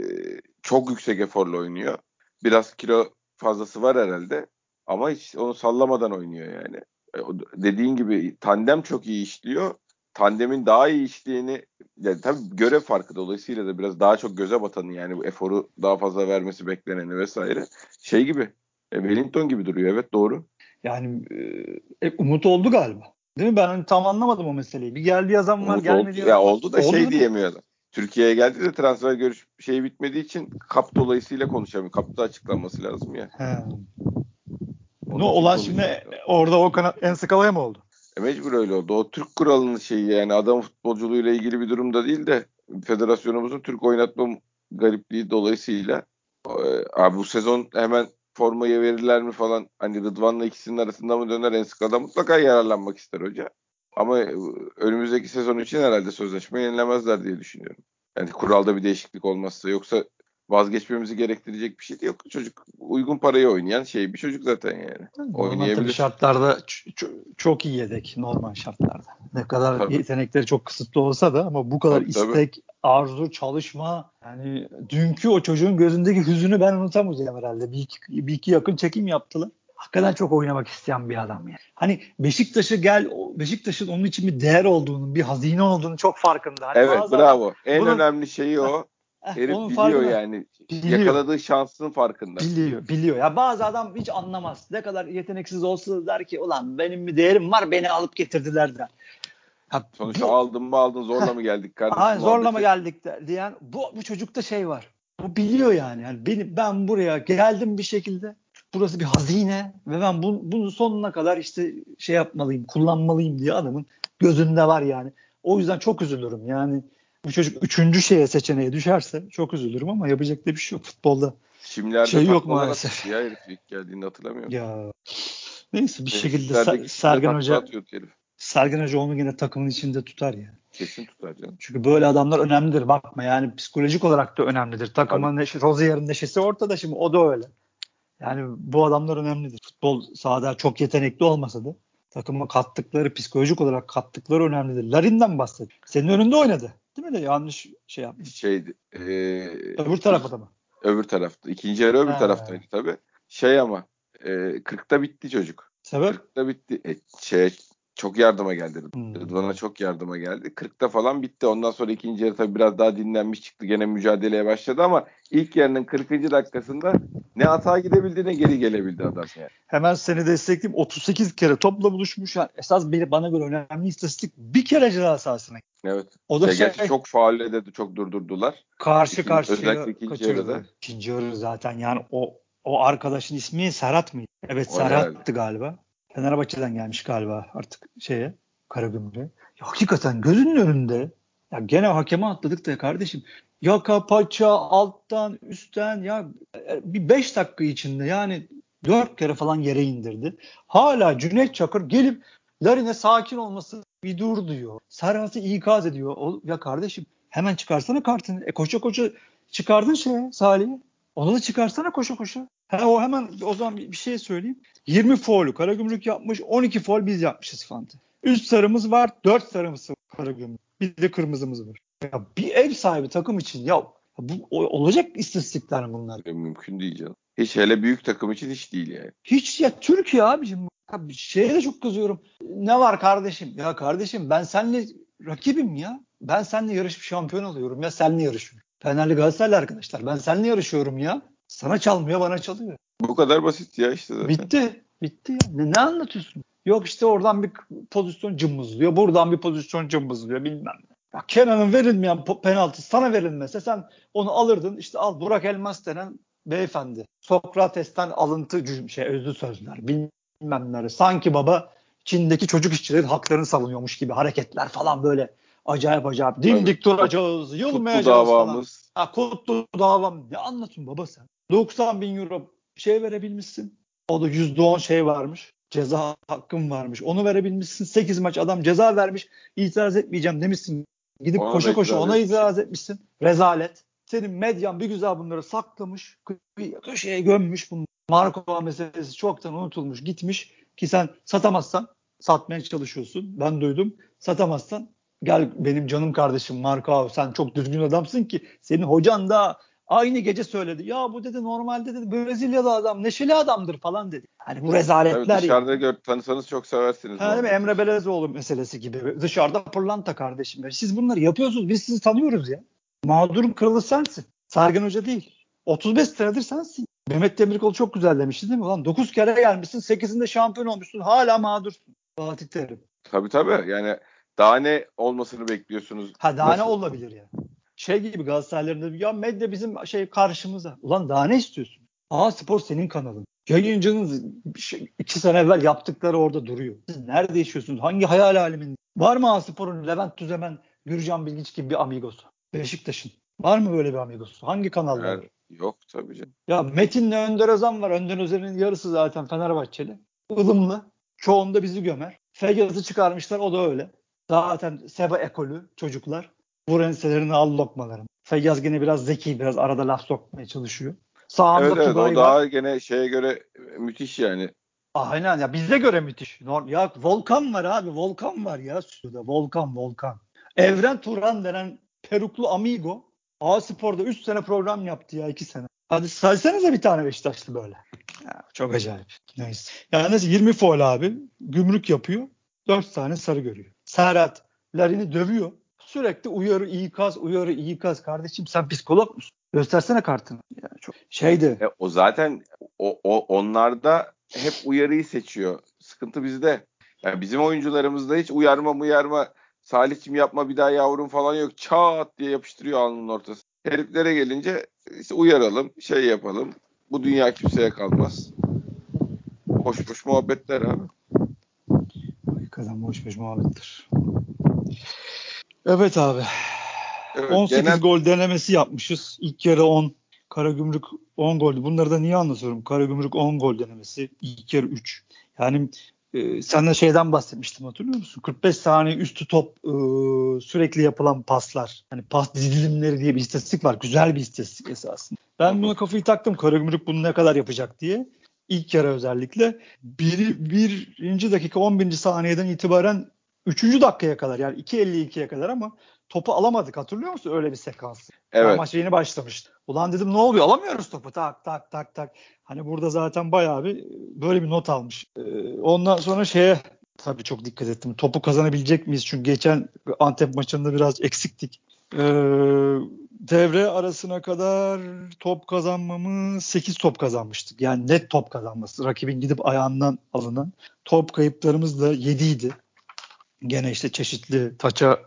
çok yüksek eforla oynuyor. Biraz kilo fazlası var herhalde. Ama hiç onu sallamadan oynuyor yani. Dediğin gibi tandem çok iyi işliyor. Tandemin daha iyi işleyeni, yani tabii görev farkı dolayısıyla da biraz daha çok göze batanı, yani bu eforu daha fazla vermesi bekleneni vesaire. Şey gibi. Wellington gibi duruyor. Evet, doğru. Yani umut oldu galiba. Değil mi? Ben hani tam anlamadım o meseleyi. Bir geldi yazan var, Umut oldu. gelmedi Ya yazan var. oldu da Oldu şey değil mi? diyemiyor adam. Türkiye'ye geldi de transfer şeyi bitmediği için kap dolayısıyla konuşamıyor. Kapta açıklanması lazım ya. He. Ne Onun için olan şimdi konuşuyor. orada o kanat Enskalava'ya mı oldu? Mecbur öyle oldu. O Türk kuralının şeyi, yani adam futbolculuğuyla ilgili bir durumda değil de federasyonumuzun Türk oynatma garipliği dolayısıyla abi bu sezon hemen formayı verirler mi falan, hani Rıdvan'la ikisinin arasında mı döner, Enska'da mutlaka yararlanmak ister hoca. Ama önümüzdeki sezon için herhalde sözleşme yenilemezler diye düşünüyorum. Yani kuralda bir değişiklik olmazsa, yoksa vazgeçmemizi gerektirecek bir şey değil. Yok, çocuk uygun parayı oynayan bir çocuk zaten yani. Normal tabii Oynayabilir. şartlarda çok iyi yedek normal şartlarda. Ne kadar Tabii. yetenekleri çok kısıtlı olsa da ama bu kadar Tabii. istek, arzu, çalışma, yani dünkü o çocuğun gözündeki hüzünü ben unutamayacağım herhalde. Bir iki yakın çekim yaptılar. Hakikaten çok oynamak isteyen bir adam yani. Hani Beşiktaş'ın onun için bir değer olduğunu, bir hazine olduğunu çok farkında. Hani Evet, bazı adam bravo. En bunun önemli şeyi o. onun Herif biliyor farkında. yani. Biliyor. Yakaladığı şansın farkında. Biliyor. Ya bazı adam hiç anlamaz. Ne kadar yeteneksiz olsa da der ki ulan benim bir değerim var, beni alıp getirdiler der. Ha, Sonuçta aldın mı aldın, zorla mı geldik kardeşim zorla mı muhabbeti. geldik diyen bu çocukta şey var. Bu biliyor yani. Ben buraya geldim bir şekilde. Burası bir hazine ve ben bunu sonuna kadar işte şey yapmalıyım, kullanmalıyım diye adamın gözünde var yani. O yüzden çok üzülürüm. Yani bu çocuk üçüncü seçeneğe düşerse çok üzülürüm ama yapacak da bir şey yok futbolda. Çimlerde Şey yok taklalar maalesef. atmıştı ya herif ilk geldiğinde, hatırlamıyor musun? Ya neyse bir şekilde Tesislerdeki çimde Sergen takla Hoca atıyordu herif. Sergen Hoca onu yine takımın içinde tutar ya. Kesin tutar canım. Çünkü böyle adamlar önemlidir. Bakma yani psikolojik olarak da önemlidir. Tabii. Takımın Rozier'in neşesi ortada şimdi. O da öyle. Yani bu adamlar önemlidir. Futbol sahada çok yetenekli olmasa da takıma kattıkları, psikolojik olarak kattıkları önemlidir. Larin'den bahset. Senin önünde oynadı. Değil mi de yanlış şey yapmış. Şeydi. Öbür tarafa mı? Öbür tarafta. İkinci yarı öbür taraftaydı tabii. Ama 40'ta bitti çocuk. Sebep? 40'ta bitti. Çok yardıma geldi. Rıdvan'a çok yardıma geldi. 40'ta falan bitti. Ondan sonra ikinci yarı tabii biraz daha dinlenmiş çıktı. Gene mücadeleye başladı ama ilk yarının 40. dakikasında ne atağa gidebildi ne geri gelebildi adam yani. Hemen seni destekleyeyim. 38 kere topla buluşmuş. Yani esas bana göre önemli istatistik bir kere ceza sahasına. Evet. O da gerçi çok faulle de çok durdurdular. Karşı karşıya özellikle ikinci kaçırdı. yarıda. İkinci yarı zaten yani o arkadaşın ismi Serhat mıydı? Evet, O Serhat'tı galiba. Fenerbahçe'den gelmiş galiba artık Karagümrük'e. Ya hakikaten gözünün önünde. Ya gene hakeme atladık da kardeşim. Yaka paça alttan üstten ya bir 5 dakika içinde yani 4 kere falan yere indirdi. Hala Cüneyt Çakır gelip Larin'e sakin olması bir dur diyor. Serhat'ı ikaz ediyor. Ya kardeşim hemen çıkarsana kartını. Koşa koşa çıkardın Salih'i. Onu da çıkarsana koşa koşa. O hemen o zaman bir şey söyleyeyim. 20 faulü Karagümrük yapmış. 12 faul biz yapmışız Fante. 3 sarımız var. 4 sarımız var Karagümrük. Bir de kırmızımız var. Ya bir ev sahibi takım için bu olacak istatistikler bunlar. Mümkün değil canım. Hiç hele büyük takım için hiç değil yani. Hiç ya Türkiye abicim. Ya şeye de çok kızıyorum. Ne var kardeşim? Ya kardeşim ben seninle rakibim ya. Ben seninle yarışıp şampiyon oluyorum ya. Seninle yarışıyorum. Fenerli Galatasaraylı arkadaşlar. Ben seninle yarışıyorum ya. Sana çalmıyor bana çalıyor. Bu kadar basit ya işte zaten. Bitti ya. Ne anlatıyorsun? Yok işte oradan bir pozisyon cımbızlıyor. Buradan bir pozisyon cımbızlıyor bilmem ne. Ya Kenan'ın verilmeyen penaltı sana verilmese sen onu alırdın. İşte al Burak Elmas denen beyefendi. Sokrates'ten alıntı özlü sözler bilmem neler. Sanki baba Çin'deki çocuk işçilerin haklarını savunuyormuş gibi hareketler falan böyle acayip. Dimdik duracağız, Kutlu yılmayacağız falan. davamız. Kutlu davam. Ne anlatıyorsun baba sen? 90 bin euro verebilmişsin. O da %10 varmış. Ceza hakkım varmış. Onu verebilmişsin. 8 maç adam ceza vermiş. İtiraz etmeyeceğim demişsin. Gidip Ona da koşa koşa itiraz ona etmiş. itiraz etmişsin. Rezalet. Senin medyan bir güzel bunları saklamış. Köşeye gömmüş bunu. Marco meselesi çoktan unutulmuş. Gitmiş ki sen satamazsan satmaya çalışıyorsun. Ben duydum. Satamazsan gel benim canım kardeşim Marco sen çok düzgün adamsın ki senin hocan da aynı gece söyledi. Ya bu dedi normalde dedi Brezilyalı adam neşeli adamdır falan dedi. Hani bu rezaletler Tabii dışarıda yani. tanısanız çok seversiniz. Değil mi? Emre Belezoğlu meselesi gibi. Dışarıda pırlanta kardeşim. Siz bunları yapıyorsunuz. Biz sizi tanıyoruz ya. Mağdurun kralı sensin. Sergen Hoca değil. 35 senedir sensin. Mehmet Demirkol çok güzel demişti değil mi? Ulan 9 kere gelmişsin. 8'inde şampiyon olmuşsun. Hala mağdursun. Fatih Terim. Tabii. Yani daha ne olmasını bekliyorsunuz? Daha ne Nasıl? olabilir ya? Gibi Galatasaraylıların da ya medya bizim karşımıza. Ulan daha ne istiyorsun? Spor senin kanalın. Yayıncının 2 sene evvel yaptıkları orada duruyor. Siz nerede yaşıyorsunuz? Hangi hayal aleminde? Var mı Spor'un Levent Tüzemen, Gürcan Bilgiç gibi bir amigosu? Beşiktaş'ın. Var mı böyle bir amigosu? Hangi kanalda var? Yok tabii canım. Ya Metin'le Önder Özen var. Önder Özen'in yarısı zaten Fenerbahçeli. Ilımlı. Çoğunda bizi gömer. Feyyaz'ı çıkarmışlar. O da öyle. Zaten Seba ekolü çocuklar. Vur enselerini al lokmalarını. Feyyaz gene biraz zeki. Biraz arada laf sokmaya çalışıyor. Sağında Evet o Tugay daha var. gene şeye göre müthiş yani. Aynen ya bize göre müthiş. Ya Volkan var abi. Volkan var ya stüdyoda. Volkan. Evren Turan denen peruklu amigo. Spor'da 3 sene program yaptı ya 2 sene. Hadi saysanıza bir tane Beşiktaşlı böyle. Ya, çok acayip. Neyse. Yani 20 faul abi. Gümrük yapıyor. 4 tane sarı görüyor. Serhat Larin'i dövüyor. Sürekli uyarı ikaz. Kardeşim sen psikolog musun? Göstersene kartını. Yani çok O zaten onlarda hep uyarıyı seçiyor. Sıkıntı bizde. Yani bizim oyuncularımızda hiç uyarma Salih'cim yapma bir daha yavrum falan yok. Çat diye yapıştırıyor alnının ortası. Heriflere gelince işte uyaralım, yapalım. Bu dünya kimseye kalmaz. Boş muhabbetler abi. Hakikaten boş muhabbettir. Evet abi. Evet, 18 gol denemesi yapmışız. İlk yarı 10. Karagümrük 10 gol. Bunları da niye anlatıyorum? Karagümrük 10 gol denemesi. İlk yarı 3. Yani Sen de şeyden bahsetmiştim, hatırlıyor musun? 45 saniye üstü top sürekli yapılan paslar. Hani pas dizilimleri diye bir istatistik var. Güzel bir istatistik esasında. Ben buna kafayı taktım. Karagümrük bunu ne kadar yapacak diye. İlk yarı özellikle. Birinci dakika 11. saniyeden itibaren 3. dakikaya kadar, yani 2.52'ye kadar, ama topu alamadık, hatırlıyor musun? Öyle bir sekans. Daha Evet. maç yeni başlamıştı. Ulan dedim, ne oluyor? Alamıyoruz topu. Tak tak tak tak. Hani burada zaten bayağı bir böyle bir not almış. Ondan sonra şeye tabii çok dikkat ettim. Topu kazanabilecek miyiz? Çünkü geçen Antep maçında biraz eksiktik. Devre arasına kadar top kazanmamız 8 top kazanmıştık. Yani net top kazanması. Rakibin gidip ayağından alınan. Top kayıplarımız da 7 idi. Gene işte çeşitli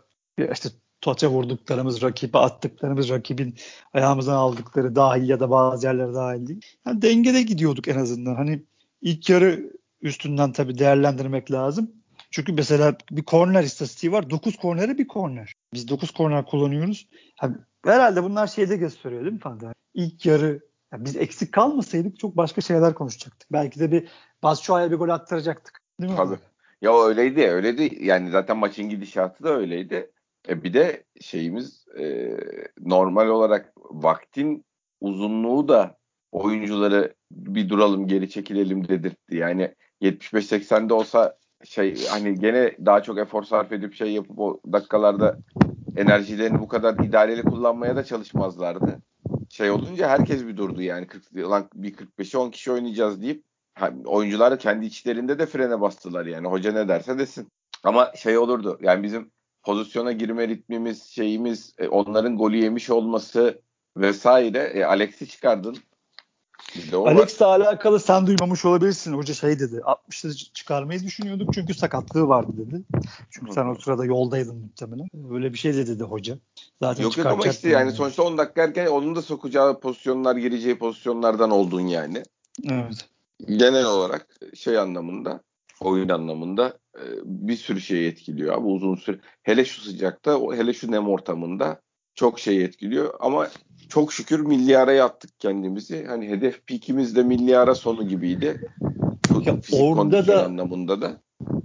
taça vurduklarımız, rakibe attıklarımız, rakibin ayağımızdan aldıkları dahil ya da bazı yerler dahil değil. Yani dengede gidiyorduk en azından. Hani ilk yarı üstünden tabii değerlendirmek lazım. Çünkü mesela bir korner istatistiği var. 9 kornere bir korner. Biz 9 korner kullanıyoruz. Yani herhalde bunlar şeyde gösteriyor değil mi Fanda? İlk yarı, yani biz eksik kalmasaydık çok başka şeyler konuşacaktık. Belki de bir Batshuayi'ye bir gol attıracaktık. Değil mi Tabii. abi? Ya o öyleydi. Yani zaten maçın gidişatı da öyleydi. Bir de şeyimiz normal olarak vaktin uzunluğu da oyuncuları bir duralım, geri çekilelim dedirtti. Yani 75-80'de olsa hani gene daha çok efor sarf edip şey yapıp o dakikalarda enerjilerini bu kadar idareli kullanmaya da çalışmazlardı. Şey olunca herkes bir durdu yani. Lan bir 45'e 10 kişi oynayacağız deyip oyuncular da kendi içlerinde de frene bastılar yani. Hoca ne derse desin. Ama şey olurdu. Yani bizim pozisyona girme ritmimiz, şeyimiz, onların golü yemiş olması vesaire. Alex'i çıkardın. Bir de o var. Alex'le alakalı sen duymamış olabilirsin. Hoca şey dedi. 60'ı çıkarmayı düşünüyorduk çünkü sakatlığı vardı dedi. Çünkü sen o sırada yoldaydın muhtemelen. Öyle bir şey de dedi hoca. Zaten Yok ama işte çıkartacaktım yani onu. sonuçta 10 dakika erken onun da sokacağı pozisyonlar, gireceği pozisyonlardan oldun yani. Evet. Genel olarak şey anlamında, oyun anlamında bir sürü şeyi etkiliyor abi uzun süre. Hele şu sıcakta, hele şu nem ortamında çok şey etkiliyor ama çok şükür milli araya attık kendimizi. Hani hedef pikimiz de milli ara sonu gibiydi. Ya Fizik kondisyon anlamında da.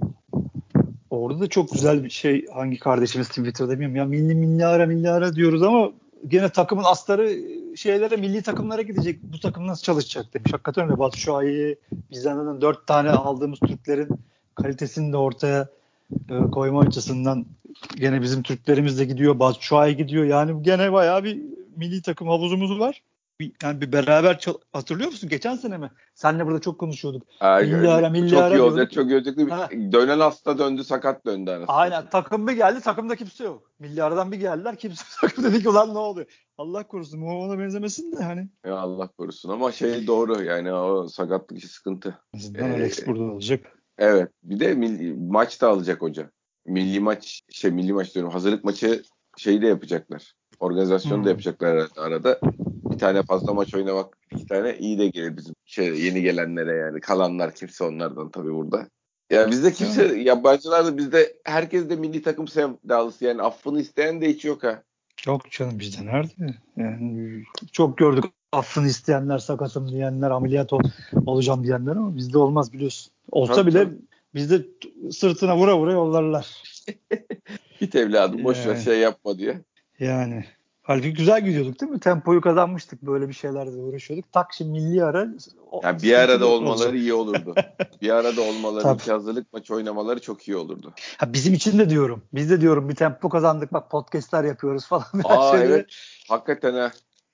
orada da çok güzel bir şey, hangi kardeşimiz Twitter'da bilmiyorum. Ya milli ara diyoruz ama gene takımın asları şeylere, milli takımlara gidecek. Bu takım nasıl çalışacak demiş. Hakikaten öyle. Batshuayi, bizden de 4 tane aldığımız Türklerin kalitesini de ortaya koyma açısından gene bizim Türklerimiz de gidiyor. Batshuayi gidiyor. Yani gene bayağı bir milli takım havuzumuz var. Yani bir beraber hatırlıyor musun? Geçen sene mi? Seninle burada çok konuşuyorduk. Milli Çok iyi ara olacak, diyorduk. çok iyi olacak. Ha, Dönen hasta döndü, sakat döndü anasını aynen, satayım. takım bir geldi, takımda kimse yok. Milli aradan bir geldiler, kimse takım, dedik ulan ne oluyor? Allah korusun, bu ona benzemesin de hani. Ya Allah korusun ama şey doğru yani o sakatlık işi sıkıntı. En azından Ee, Alex burada olacak. Evet. Bir de maç da alacak hoca. Milli maç diyorum. Hazırlık maçı şeyi de yapacaklar. Organizasyonu da Hmm. yapacaklar arada. Bir tane fazla maç oynamak, iki tane iyi de gelir bizim yeni gelenlere yani. Kalanlar kimse onlardan tabii burada. Ya bizde kimse, Yani, yabancılar da bizde, herkes de milli takım sevdalısı yani, affını isteyen de hiç yok ha. yok canım, bizde nerede? Yani çok gördük affını isteyenler, sakatım diyenler, olacağım diyenler, ama bizde olmaz biliyorsun. Olsa Tabii bile tabii. bizde sırtına vura vura yollarlar. Git evladım boş ver Yani, şey yapma diye. yani. Halbuki güzel gidiyorduk değil mi? Tempoyu kazanmıştık. Böyle bir şeylerle uğraşıyorduk. Tak, şimdi milli ara Yani bir arada sıkıntılı olacak. olmaları iyi olurdu. Bir arada olmaları, Tabii. iki hazırlık maçı oynamaları çok iyi olurdu. Ha, bizim için de diyorum. Biz de diyorum bir tempo kazandık. Bak, podcastler yapıyoruz falan. Biraz Aa şeyleri evet. Hakikaten ha.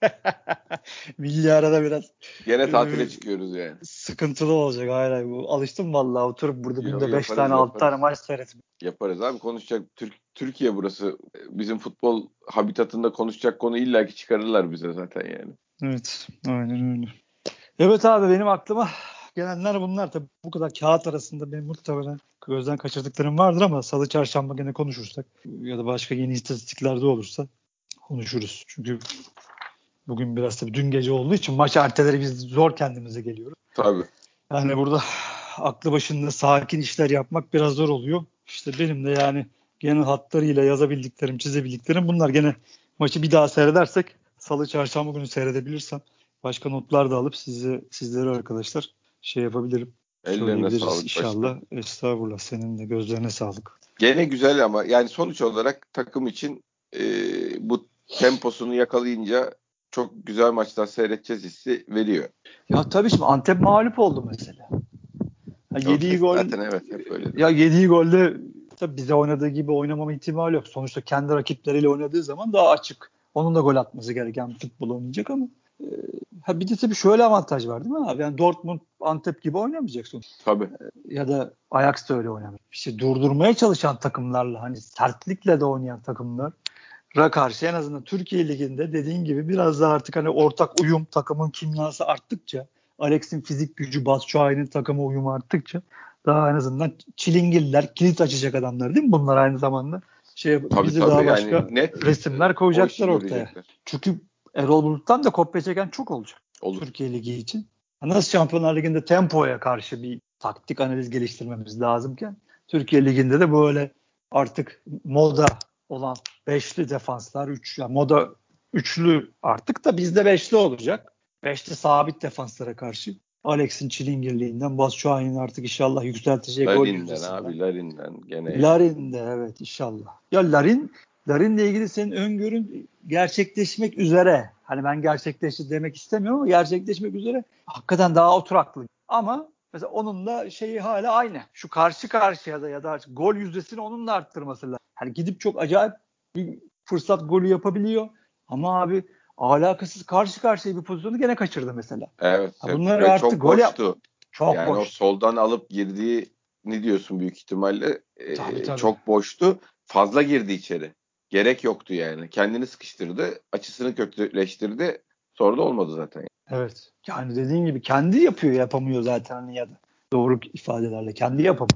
milli arada biraz Gene e, tatile çıkıyoruz yani. sıkıntılı olacak. Hayır, hayır. Alıştım vallahi, oturup burada günde 5 Yaparız tane 6 tane yaparız. maç seyretmek. Yaparız abi, konuşacak. Türkiye burası. Bizim futbol habitatında konuşacak konu illaki çıkarırlar bize zaten yani. Evet. Aynen öyle. Evet abi, benim aklıma gelenler bunlar. Tabii bu kadar kağıt arasında benim muhtemelen gözden kaçırdıklarım vardır, ama salı çarşamba gene konuşursak ya da başka yeni istatistiklerde olursa konuşuruz. Çünkü bugün biraz, tabii dün gece olduğu için, maç erteleri biz zor kendimize geliyoruz. Tabii. Yani burada aklı başında sakin işler yapmak biraz zor oluyor. İşte benim de yani genel hatlarıyla yazabildiklerim, çizebildiklerim bunlar. Gene maçı bir daha seyredersek, salı çarşamba günü seyredebilirsem, başka notlar da alıp sizlere arkadaşlar şey yapabilirim. Ellerine söyleyebiliriz sağlık başkan. inşallah. Estağfurullah, senin de gözlerine sağlık. Gene güzel ama yani sonuç olarak takım için bu temposunu yakalayınca çok güzel maçlar seyredeceğiz hissi veriyor. Ya tabii şimdi Antep mağlup oldu mesela. Ha, O yediği kesin gol zaten, evet, hep öyledir. ya yediği golde tabii bize oynadığı gibi oynamama ihtimali yok. Sonuçta kendi rakipleriyle oynadığı zaman daha açık. Onun da gol atması gereken bir futbol oynayacak ama e, ha bir de tabii şöyle avantaj var değil mi abi? Yani Dortmund Antep gibi oynamayacaksın. Tabii. Ya da Ajax da öyle oynamıyor. İşte durdurmaya çalışan takımlarla, hani sertlikle de oynayan takımlara karşı en azından Türkiye Ligi'nde dediğin gibi biraz daha artık hani ortak uyum, takımın kimyası arttıkça, Alex'in fizik gücü, Batshuayi'nin takıma uyumu arttıkça daha en azından çilingirler, kilit açacak adamlar değil mi? Bunlar aynı zamanda Tabii bize daha tabii, başka yani net resimler o işi koyacaklar ortaya. görecekler. Çünkü Erol Bulut'tan da kopya çeken çok olacak Olur. Türkiye Ligi için. Nasıl Şampiyonlar Ligi'nde tempoya karşı bir taktik analiz geliştirmemiz lazımken Türkiye Ligi'nde de böyle artık moda olan beşli defanslar, yani moda üçlü artık da bizde beşli olacak. Beşli sabit defanslara karşı Alex'in çilingirliğinden, Batshuayi'nin artık inşallah yükselteceği gol Larin'den yüzdesinden. abi, Larin'den gene yani. Larin de evet inşallah. Ya Larin'le ilgili senin öngörün gerçekleşmek üzere. Hani ben gerçekleşti demek istemiyorum ama gerçekleşmek üzere hakikaten daha oturaklı. Ama mesela onun da şeyi hala aynı. Şu karşı karşıya da ya da gol yüzdesini onun da arttırması lazım. Hani gidip çok acayip bir fırsat golü yapabiliyor. Ama abi alakasız karşı karşıya bir pozisyonu gene kaçırdı mesela. Evet, Ha, evet. bunları Ve artık çok gol yap. boştu. Çok Yani o boş. soldan alıp girdiği, ne diyorsun, büyük ihtimalle Tabii tabii. çok boştu. Fazla girdi içeri. Gerek yoktu yani. Kendini sıkıştırdı. Açısını kötüleştirdi. Sonra da olmadı zaten. Evet. Yani dediğin gibi kendi yapıyor, yapamıyor zaten hani ya da doğru ifadelerle kendi yapamıyor.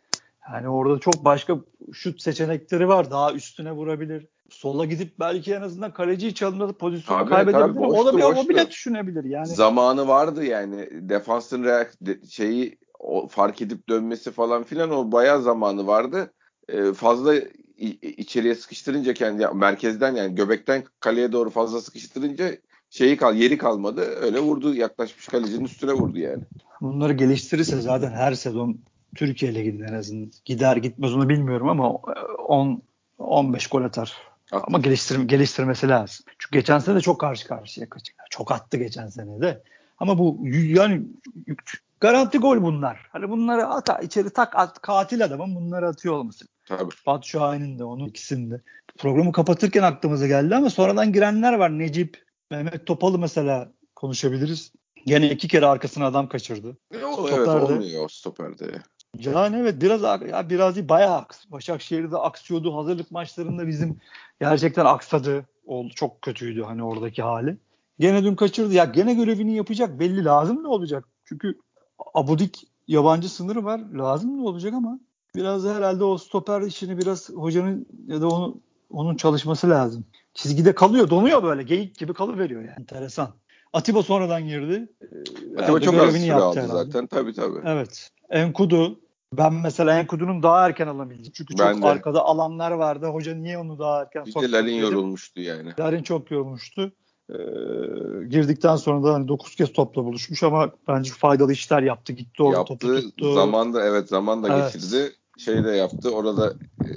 Yani orada çok başka şut seçenekleri var. Daha üstüne vurabilir. Sola gidip belki en azından kaleciyi çalımladı, pozisyonu Tabii tabii, kaybedebilir ama boştu o bile boştu. düşünebilir. Yani Zamanı vardı yani. Defansın şeyi fark edip dönmesi falan filan, o bayağı zamanı vardı. Fazla içeriye sıkıştırınca kendi merkezden, yani göbekten kaleye doğru fazla sıkıştırınca yeri kalmadı. Öyle vurdu, yaklaşmış kalecinin üstüne vurdu yani. bunları geliştirirse zaten her sezon Türkiye Ligi'nde en azından gider gitmez onu bilmiyorum ama 10 15 gol atar. Ama Atar. geliştirmesi lazım. Çünkü geçen sene de çok karşı karşıya kaçırdı. Çok attı geçen sene de. Ama bu yani garanti gol bunlar. Hani bunları at içeri tak at, katil adamın bunları atıyor olması. Tabii. Batshuayi'nin de onun ikisinde. Programı kapatırken aklımıza geldi ama sonradan girenler var. Necip, Mehmet Topal'ı mesela konuşabiliriz. Gene 2 kere arkasına adam kaçırdı. Evet, Stoper de. olmuyor o stoperde. Yani evet biraz değil bayağı Başakşehir'de aksıyordu. Hazırlık maçlarında bizim gerçekten aksadı. Oldu, çok kötüydü hani oradaki hali. Gene dün kaçırdı. Ya gene görevini yapacak. Belli lazım da olacak. Çünkü abudik yabancı sınırı var. Lazım da olacak ama biraz da herhalde o stoper işini biraz hocanın ya da onun çalışması lazım. Çizgide kalıyor, donuyor böyle. Geyik gibi kalıveriyor yani. Enteresan. Atiba sonradan girdi. Atiba Herhalde çok az görevini süre yaptı aldı herhalde. zaten. Tabii tabii. Evet. Enkudu. Ben mesela Enkudu'nun daha erken alabildim. Çünkü çok Ben de. arkada alanlar vardı. Hoca niye onu daha erken Bir de Larin sokmadı dedim. yorulmuştu yani. Larin çok yorulmuştu. Ee, Girdikten sonra da hani 9 kez topla buluşmuş ama bence faydalı işler yaptı. Gitti orada topu Yaptığı tuttu. zaman da, evet, zaman da Evet. geçirdi. Şey de yaptı. Orada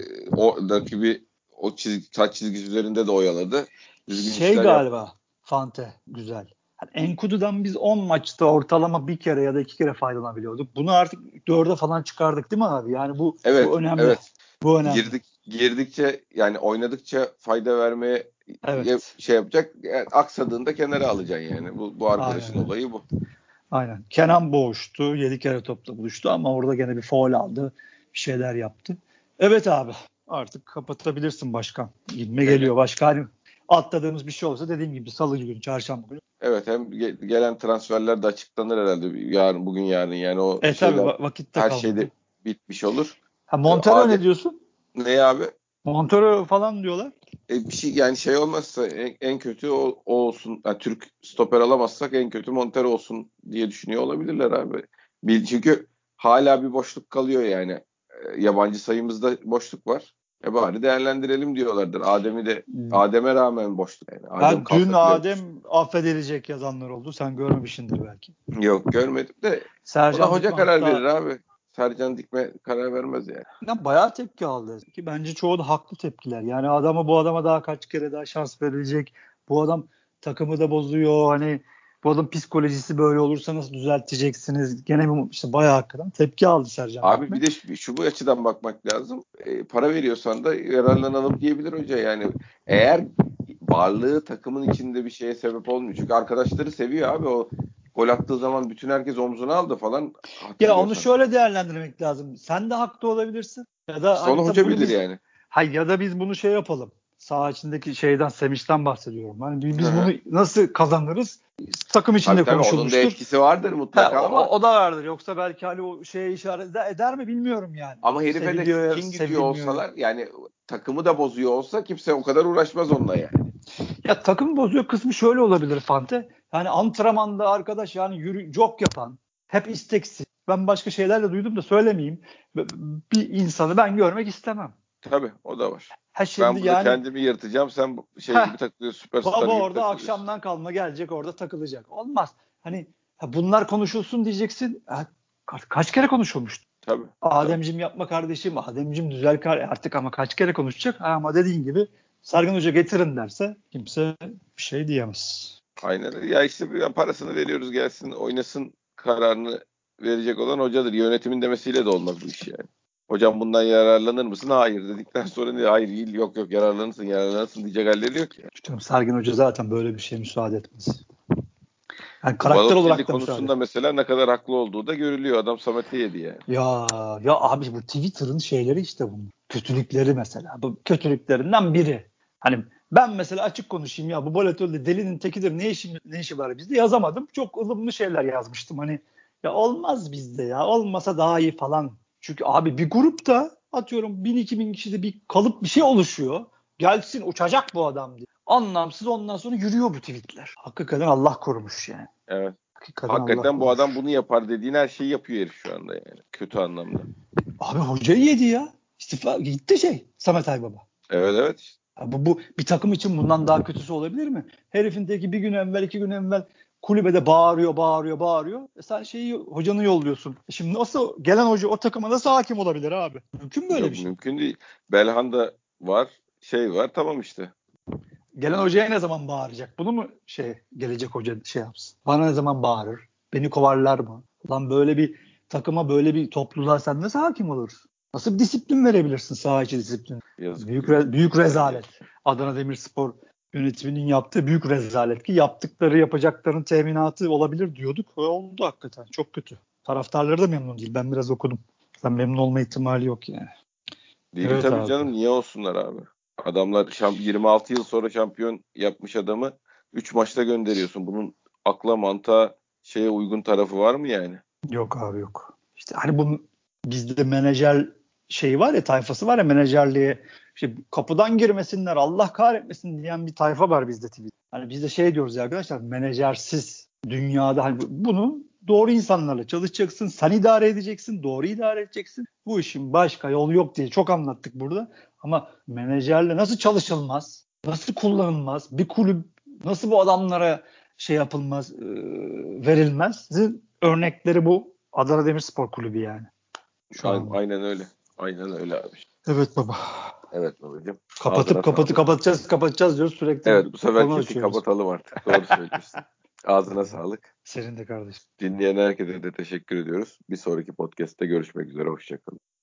o rakibi o taç çizgisi üzerinde de oyaladı. Düzgün işler yaptı. Galiba Fante güzel. Yani Enkudu'dan biz 10 maçta ortalama bir kere ya da 2 kere faydalanabiliyorduk. Bunu artık 4'e falan çıkardık değil mi abi? Yani bu Evet, önemli. evet. Bu önemli. Girdikçe, yani oynadıkça fayda vermeye Evet. şey yapacak. Yani aksadığında kenara alacaksın yani. Bu Aynen arkadaşın öyle. olayı bu. Aynen. Kenan boğuştu. 7 kere topla buluştu ama orada gene bir faul aldı. Bir şeyler yaptı. Evet abi. Artık kapatabilirsin başkan. Gitme Evet. geliyor. Başka hani atladığımız bir şey olsa dediğim gibi salı günü, çarşamba günü. Evet, hem gelen transferler de açıklanır herhalde yarın, bugün yarın, yani o Tabii şeyler, vakitte her şey de kalmadı. bitmiş olur. Ha Montero Adem ne diyorsun? ne abi? Montero falan diyorlar. Bir şey, yani şey olmazsa en kötü o olsun. Yani Türk stoper alamazsak en kötü Montero olsun diye düşünüyor olabilirler abi. Çünkü hala bir boşluk kalıyor yani. Yabancı sayımızda boşluk var. Bari değerlendirelim diyorlardır. Hmm. Adem'e rağmen boştu yani. Adem Ha, dün kalsa bile boş. Adem affedilecek yazanlar oldu. Sen görmemişsindir belki. Yok, görmedim de ona Sercan hoca Dikme karar verir hatta abi. Sercan Dikme karar vermez yani. bayağı tepki aldı. Ki bence çoğu da haklı tepkiler. Yani bu adama daha kaç kere daha şans verilecek. Bu adam takımı da bozuyor. Hani bu adam psikolojisi böyle olursa nasıl düzelteceksiniz? Gene mi işte bayağı hakikaten tepki aldı Sercan Abi Dikme. bir de bu açıdan bakmak lazım. Para veriyorsan da yararlanalım diyebilir hoca yani. Eğer varlığı takımın içinde bir şeye sebep olmuyor. Çünkü arkadaşları seviyor abi. O gol attığı zaman bütün herkes omzuna aldı falan, Ya onu hatırlıyorsan. şöyle değerlendirmek lazım. Sen de haklı olabilirsin. Ya da İşte onu hani tabii hoca bunu bilir biz yani. ya da biz bunu şey yapalım. Saha içindeki Sevinç'ten bahsediyorum. Hani Hı biz bunu hı. nasıl kazanırız? Takım Tabii içinde tabii, onun da konuşulmuştur. etkisi vardır mutlaka ama O da vardır. Yoksa belki hani o şeye işaret eder mi bilmiyorum yani. herife de Seviliyor ya kin gütüyor sevilmiyor ya. olsalar yani, takımı da bozuyor olsa kimse o kadar uğraşmaz onunla yani. Ya takım bozuyor kısmı şöyle olabilir Fante. Yani antrenmanda arkadaş yani jog yapan, hep isteksiz. Ben başka şeyler de duydum da söylemeyeyim. Bir insanı ben görmek istemem. Tabii, o da var. Ha Ben şimdi burada yani kendimi yırtacağım, sen şey gibi heh, takılıyorsun, süperstar baba gibi orada takılıyorsun. akşamdan kalma gelecek orada takılacak. Olmaz. Hani bunlar konuşulsun diyeceksin. Kaç kere konuşulmuştu? Tabii tabii. Ademcim yapma kardeşim, Ademcim düzel artık ama kaç kere konuşacak? Ama dediğin gibi Sergen Hoca getirin derse kimse bir şey diyemez. Aynen öyle. Ya işte parasını veriyoruz gelsin oynasın kararını verecek olan hocadır. Yönetimin demesiyle de olmaz bu iş yani. Hocam bundan yararlanır mısın? Hayır dedikten sonra ne? Hayır değil, yok yok, yararlanırsın diyecek halleri yok ya. İşte Sergen Hoca zaten böyle bir şeye müsaade etmez. Yani Bu karakter Balotelli olarak da müsaade konusunda etmez. mesela ne kadar haklı olduğu da görülüyor. Adam Samet'i yedi yani. Ya ya abi bu Twitter'ın şeyleri işte bunun. Kötülükleri mesela. Bu kötülüklerinden biri. Hani ben mesela açık konuşayım ya bu Balotelli delinin tekidir ne işi var bizde yazamadım. Çok ılımlı şeyler yazmıştım. Hani ya olmaz bizde ya olmasa daha iyi falan. Çünkü abi bir grupta atıyorum 1000-2000 kişide bir kalıp bir şey oluşuyor. Gelsin uçacak bu adam diye. Anlamsız ondan sonra yürüyor bu tweetler. Hakikaten Allah korumuş yani. Evet. Hakikaten Allah Hakikaten bu adam korumuş. bunu yapar dediğin her şeyi yapıyor herif şu anda yani. Kötü anlamda. Abi hocayı yedi ya. İstifa gitti Samet Aybaba. Evet evet. İşte. Bu bir takım için bundan daha kötüsü olabilir mi? Herifin teki bir gün evvel 2 gün evvel kulübede bağırıyor. Sen hocanı yolluyorsun. Şimdi nasıl gelen hoca o takıma nasıl hakim olabilir abi? Mümkün mü böyle Yok, bir şey? mümkün değil. Belhanda var, şey var, tamam işte. Gelen hocaya ne zaman bağıracak? Bunu mu gelecek hoca yapsın? Bana ne zaman bağırır? Beni kovarlar mı? Lan böyle bir takıma böyle bir topluluğa sen nasıl hakim olursun? Nasıl bir disiplin verebilirsin saha içi disiplin? Yazık Büyük günah. büyük Harbiden rezalet. yazık. Adana Demirspor yönetiminin yaptığı büyük rezalet ki yapacakların teminatı olabilir diyorduk. O oldu hakikaten. Çok kötü. Taraftarları da memnun değil. Ben biraz okudum. Sen memnun olma ihtimali yok yani. Değil Evet tabii abi. canım, niye olsunlar abi? Adamlar 26 yıl sonra şampiyon yapmış adamı 3 maçta gönderiyorsun. Bunun akla mantığa şeye uygun tarafı var mı yani? Yok abi yok. İşte hani bu bizde menajer var ya tayfası var ya menajerliğe işte kapıdan girmesinler Allah kahretmesin diyen bir tayfa var bizde TV. Hani biz de diyoruz ya arkadaşlar menajersiz dünyada hani bunu doğru insanlarla çalışacaksın, sen idare edeceksin, doğru idare edeceksin. Bu işin başka yolu yok diye çok anlattık burada. Ama menajerle nasıl çalışılmaz, nasıl kullanılmaz, bir kulüp nasıl bu adamlara yapılmaz, verilmez. Örnekleri bu. Adana Demirspor Kulübü yani şu anda. Aynen öyle. Aynen öyle abi. Evet baba. Evet babacığım. Ağzına Kapatacağız diyoruz. Sürekli Evet, bir bu sefer konu kesin açıyoruz. kapatalım artık. Doğru söylüyorsun. Ağzına sağlık. Senin de kardeşim. Dinleyen herkese de teşekkür ediyoruz. Bir sonraki podcast'te görüşmek üzere. Hoşçakalın.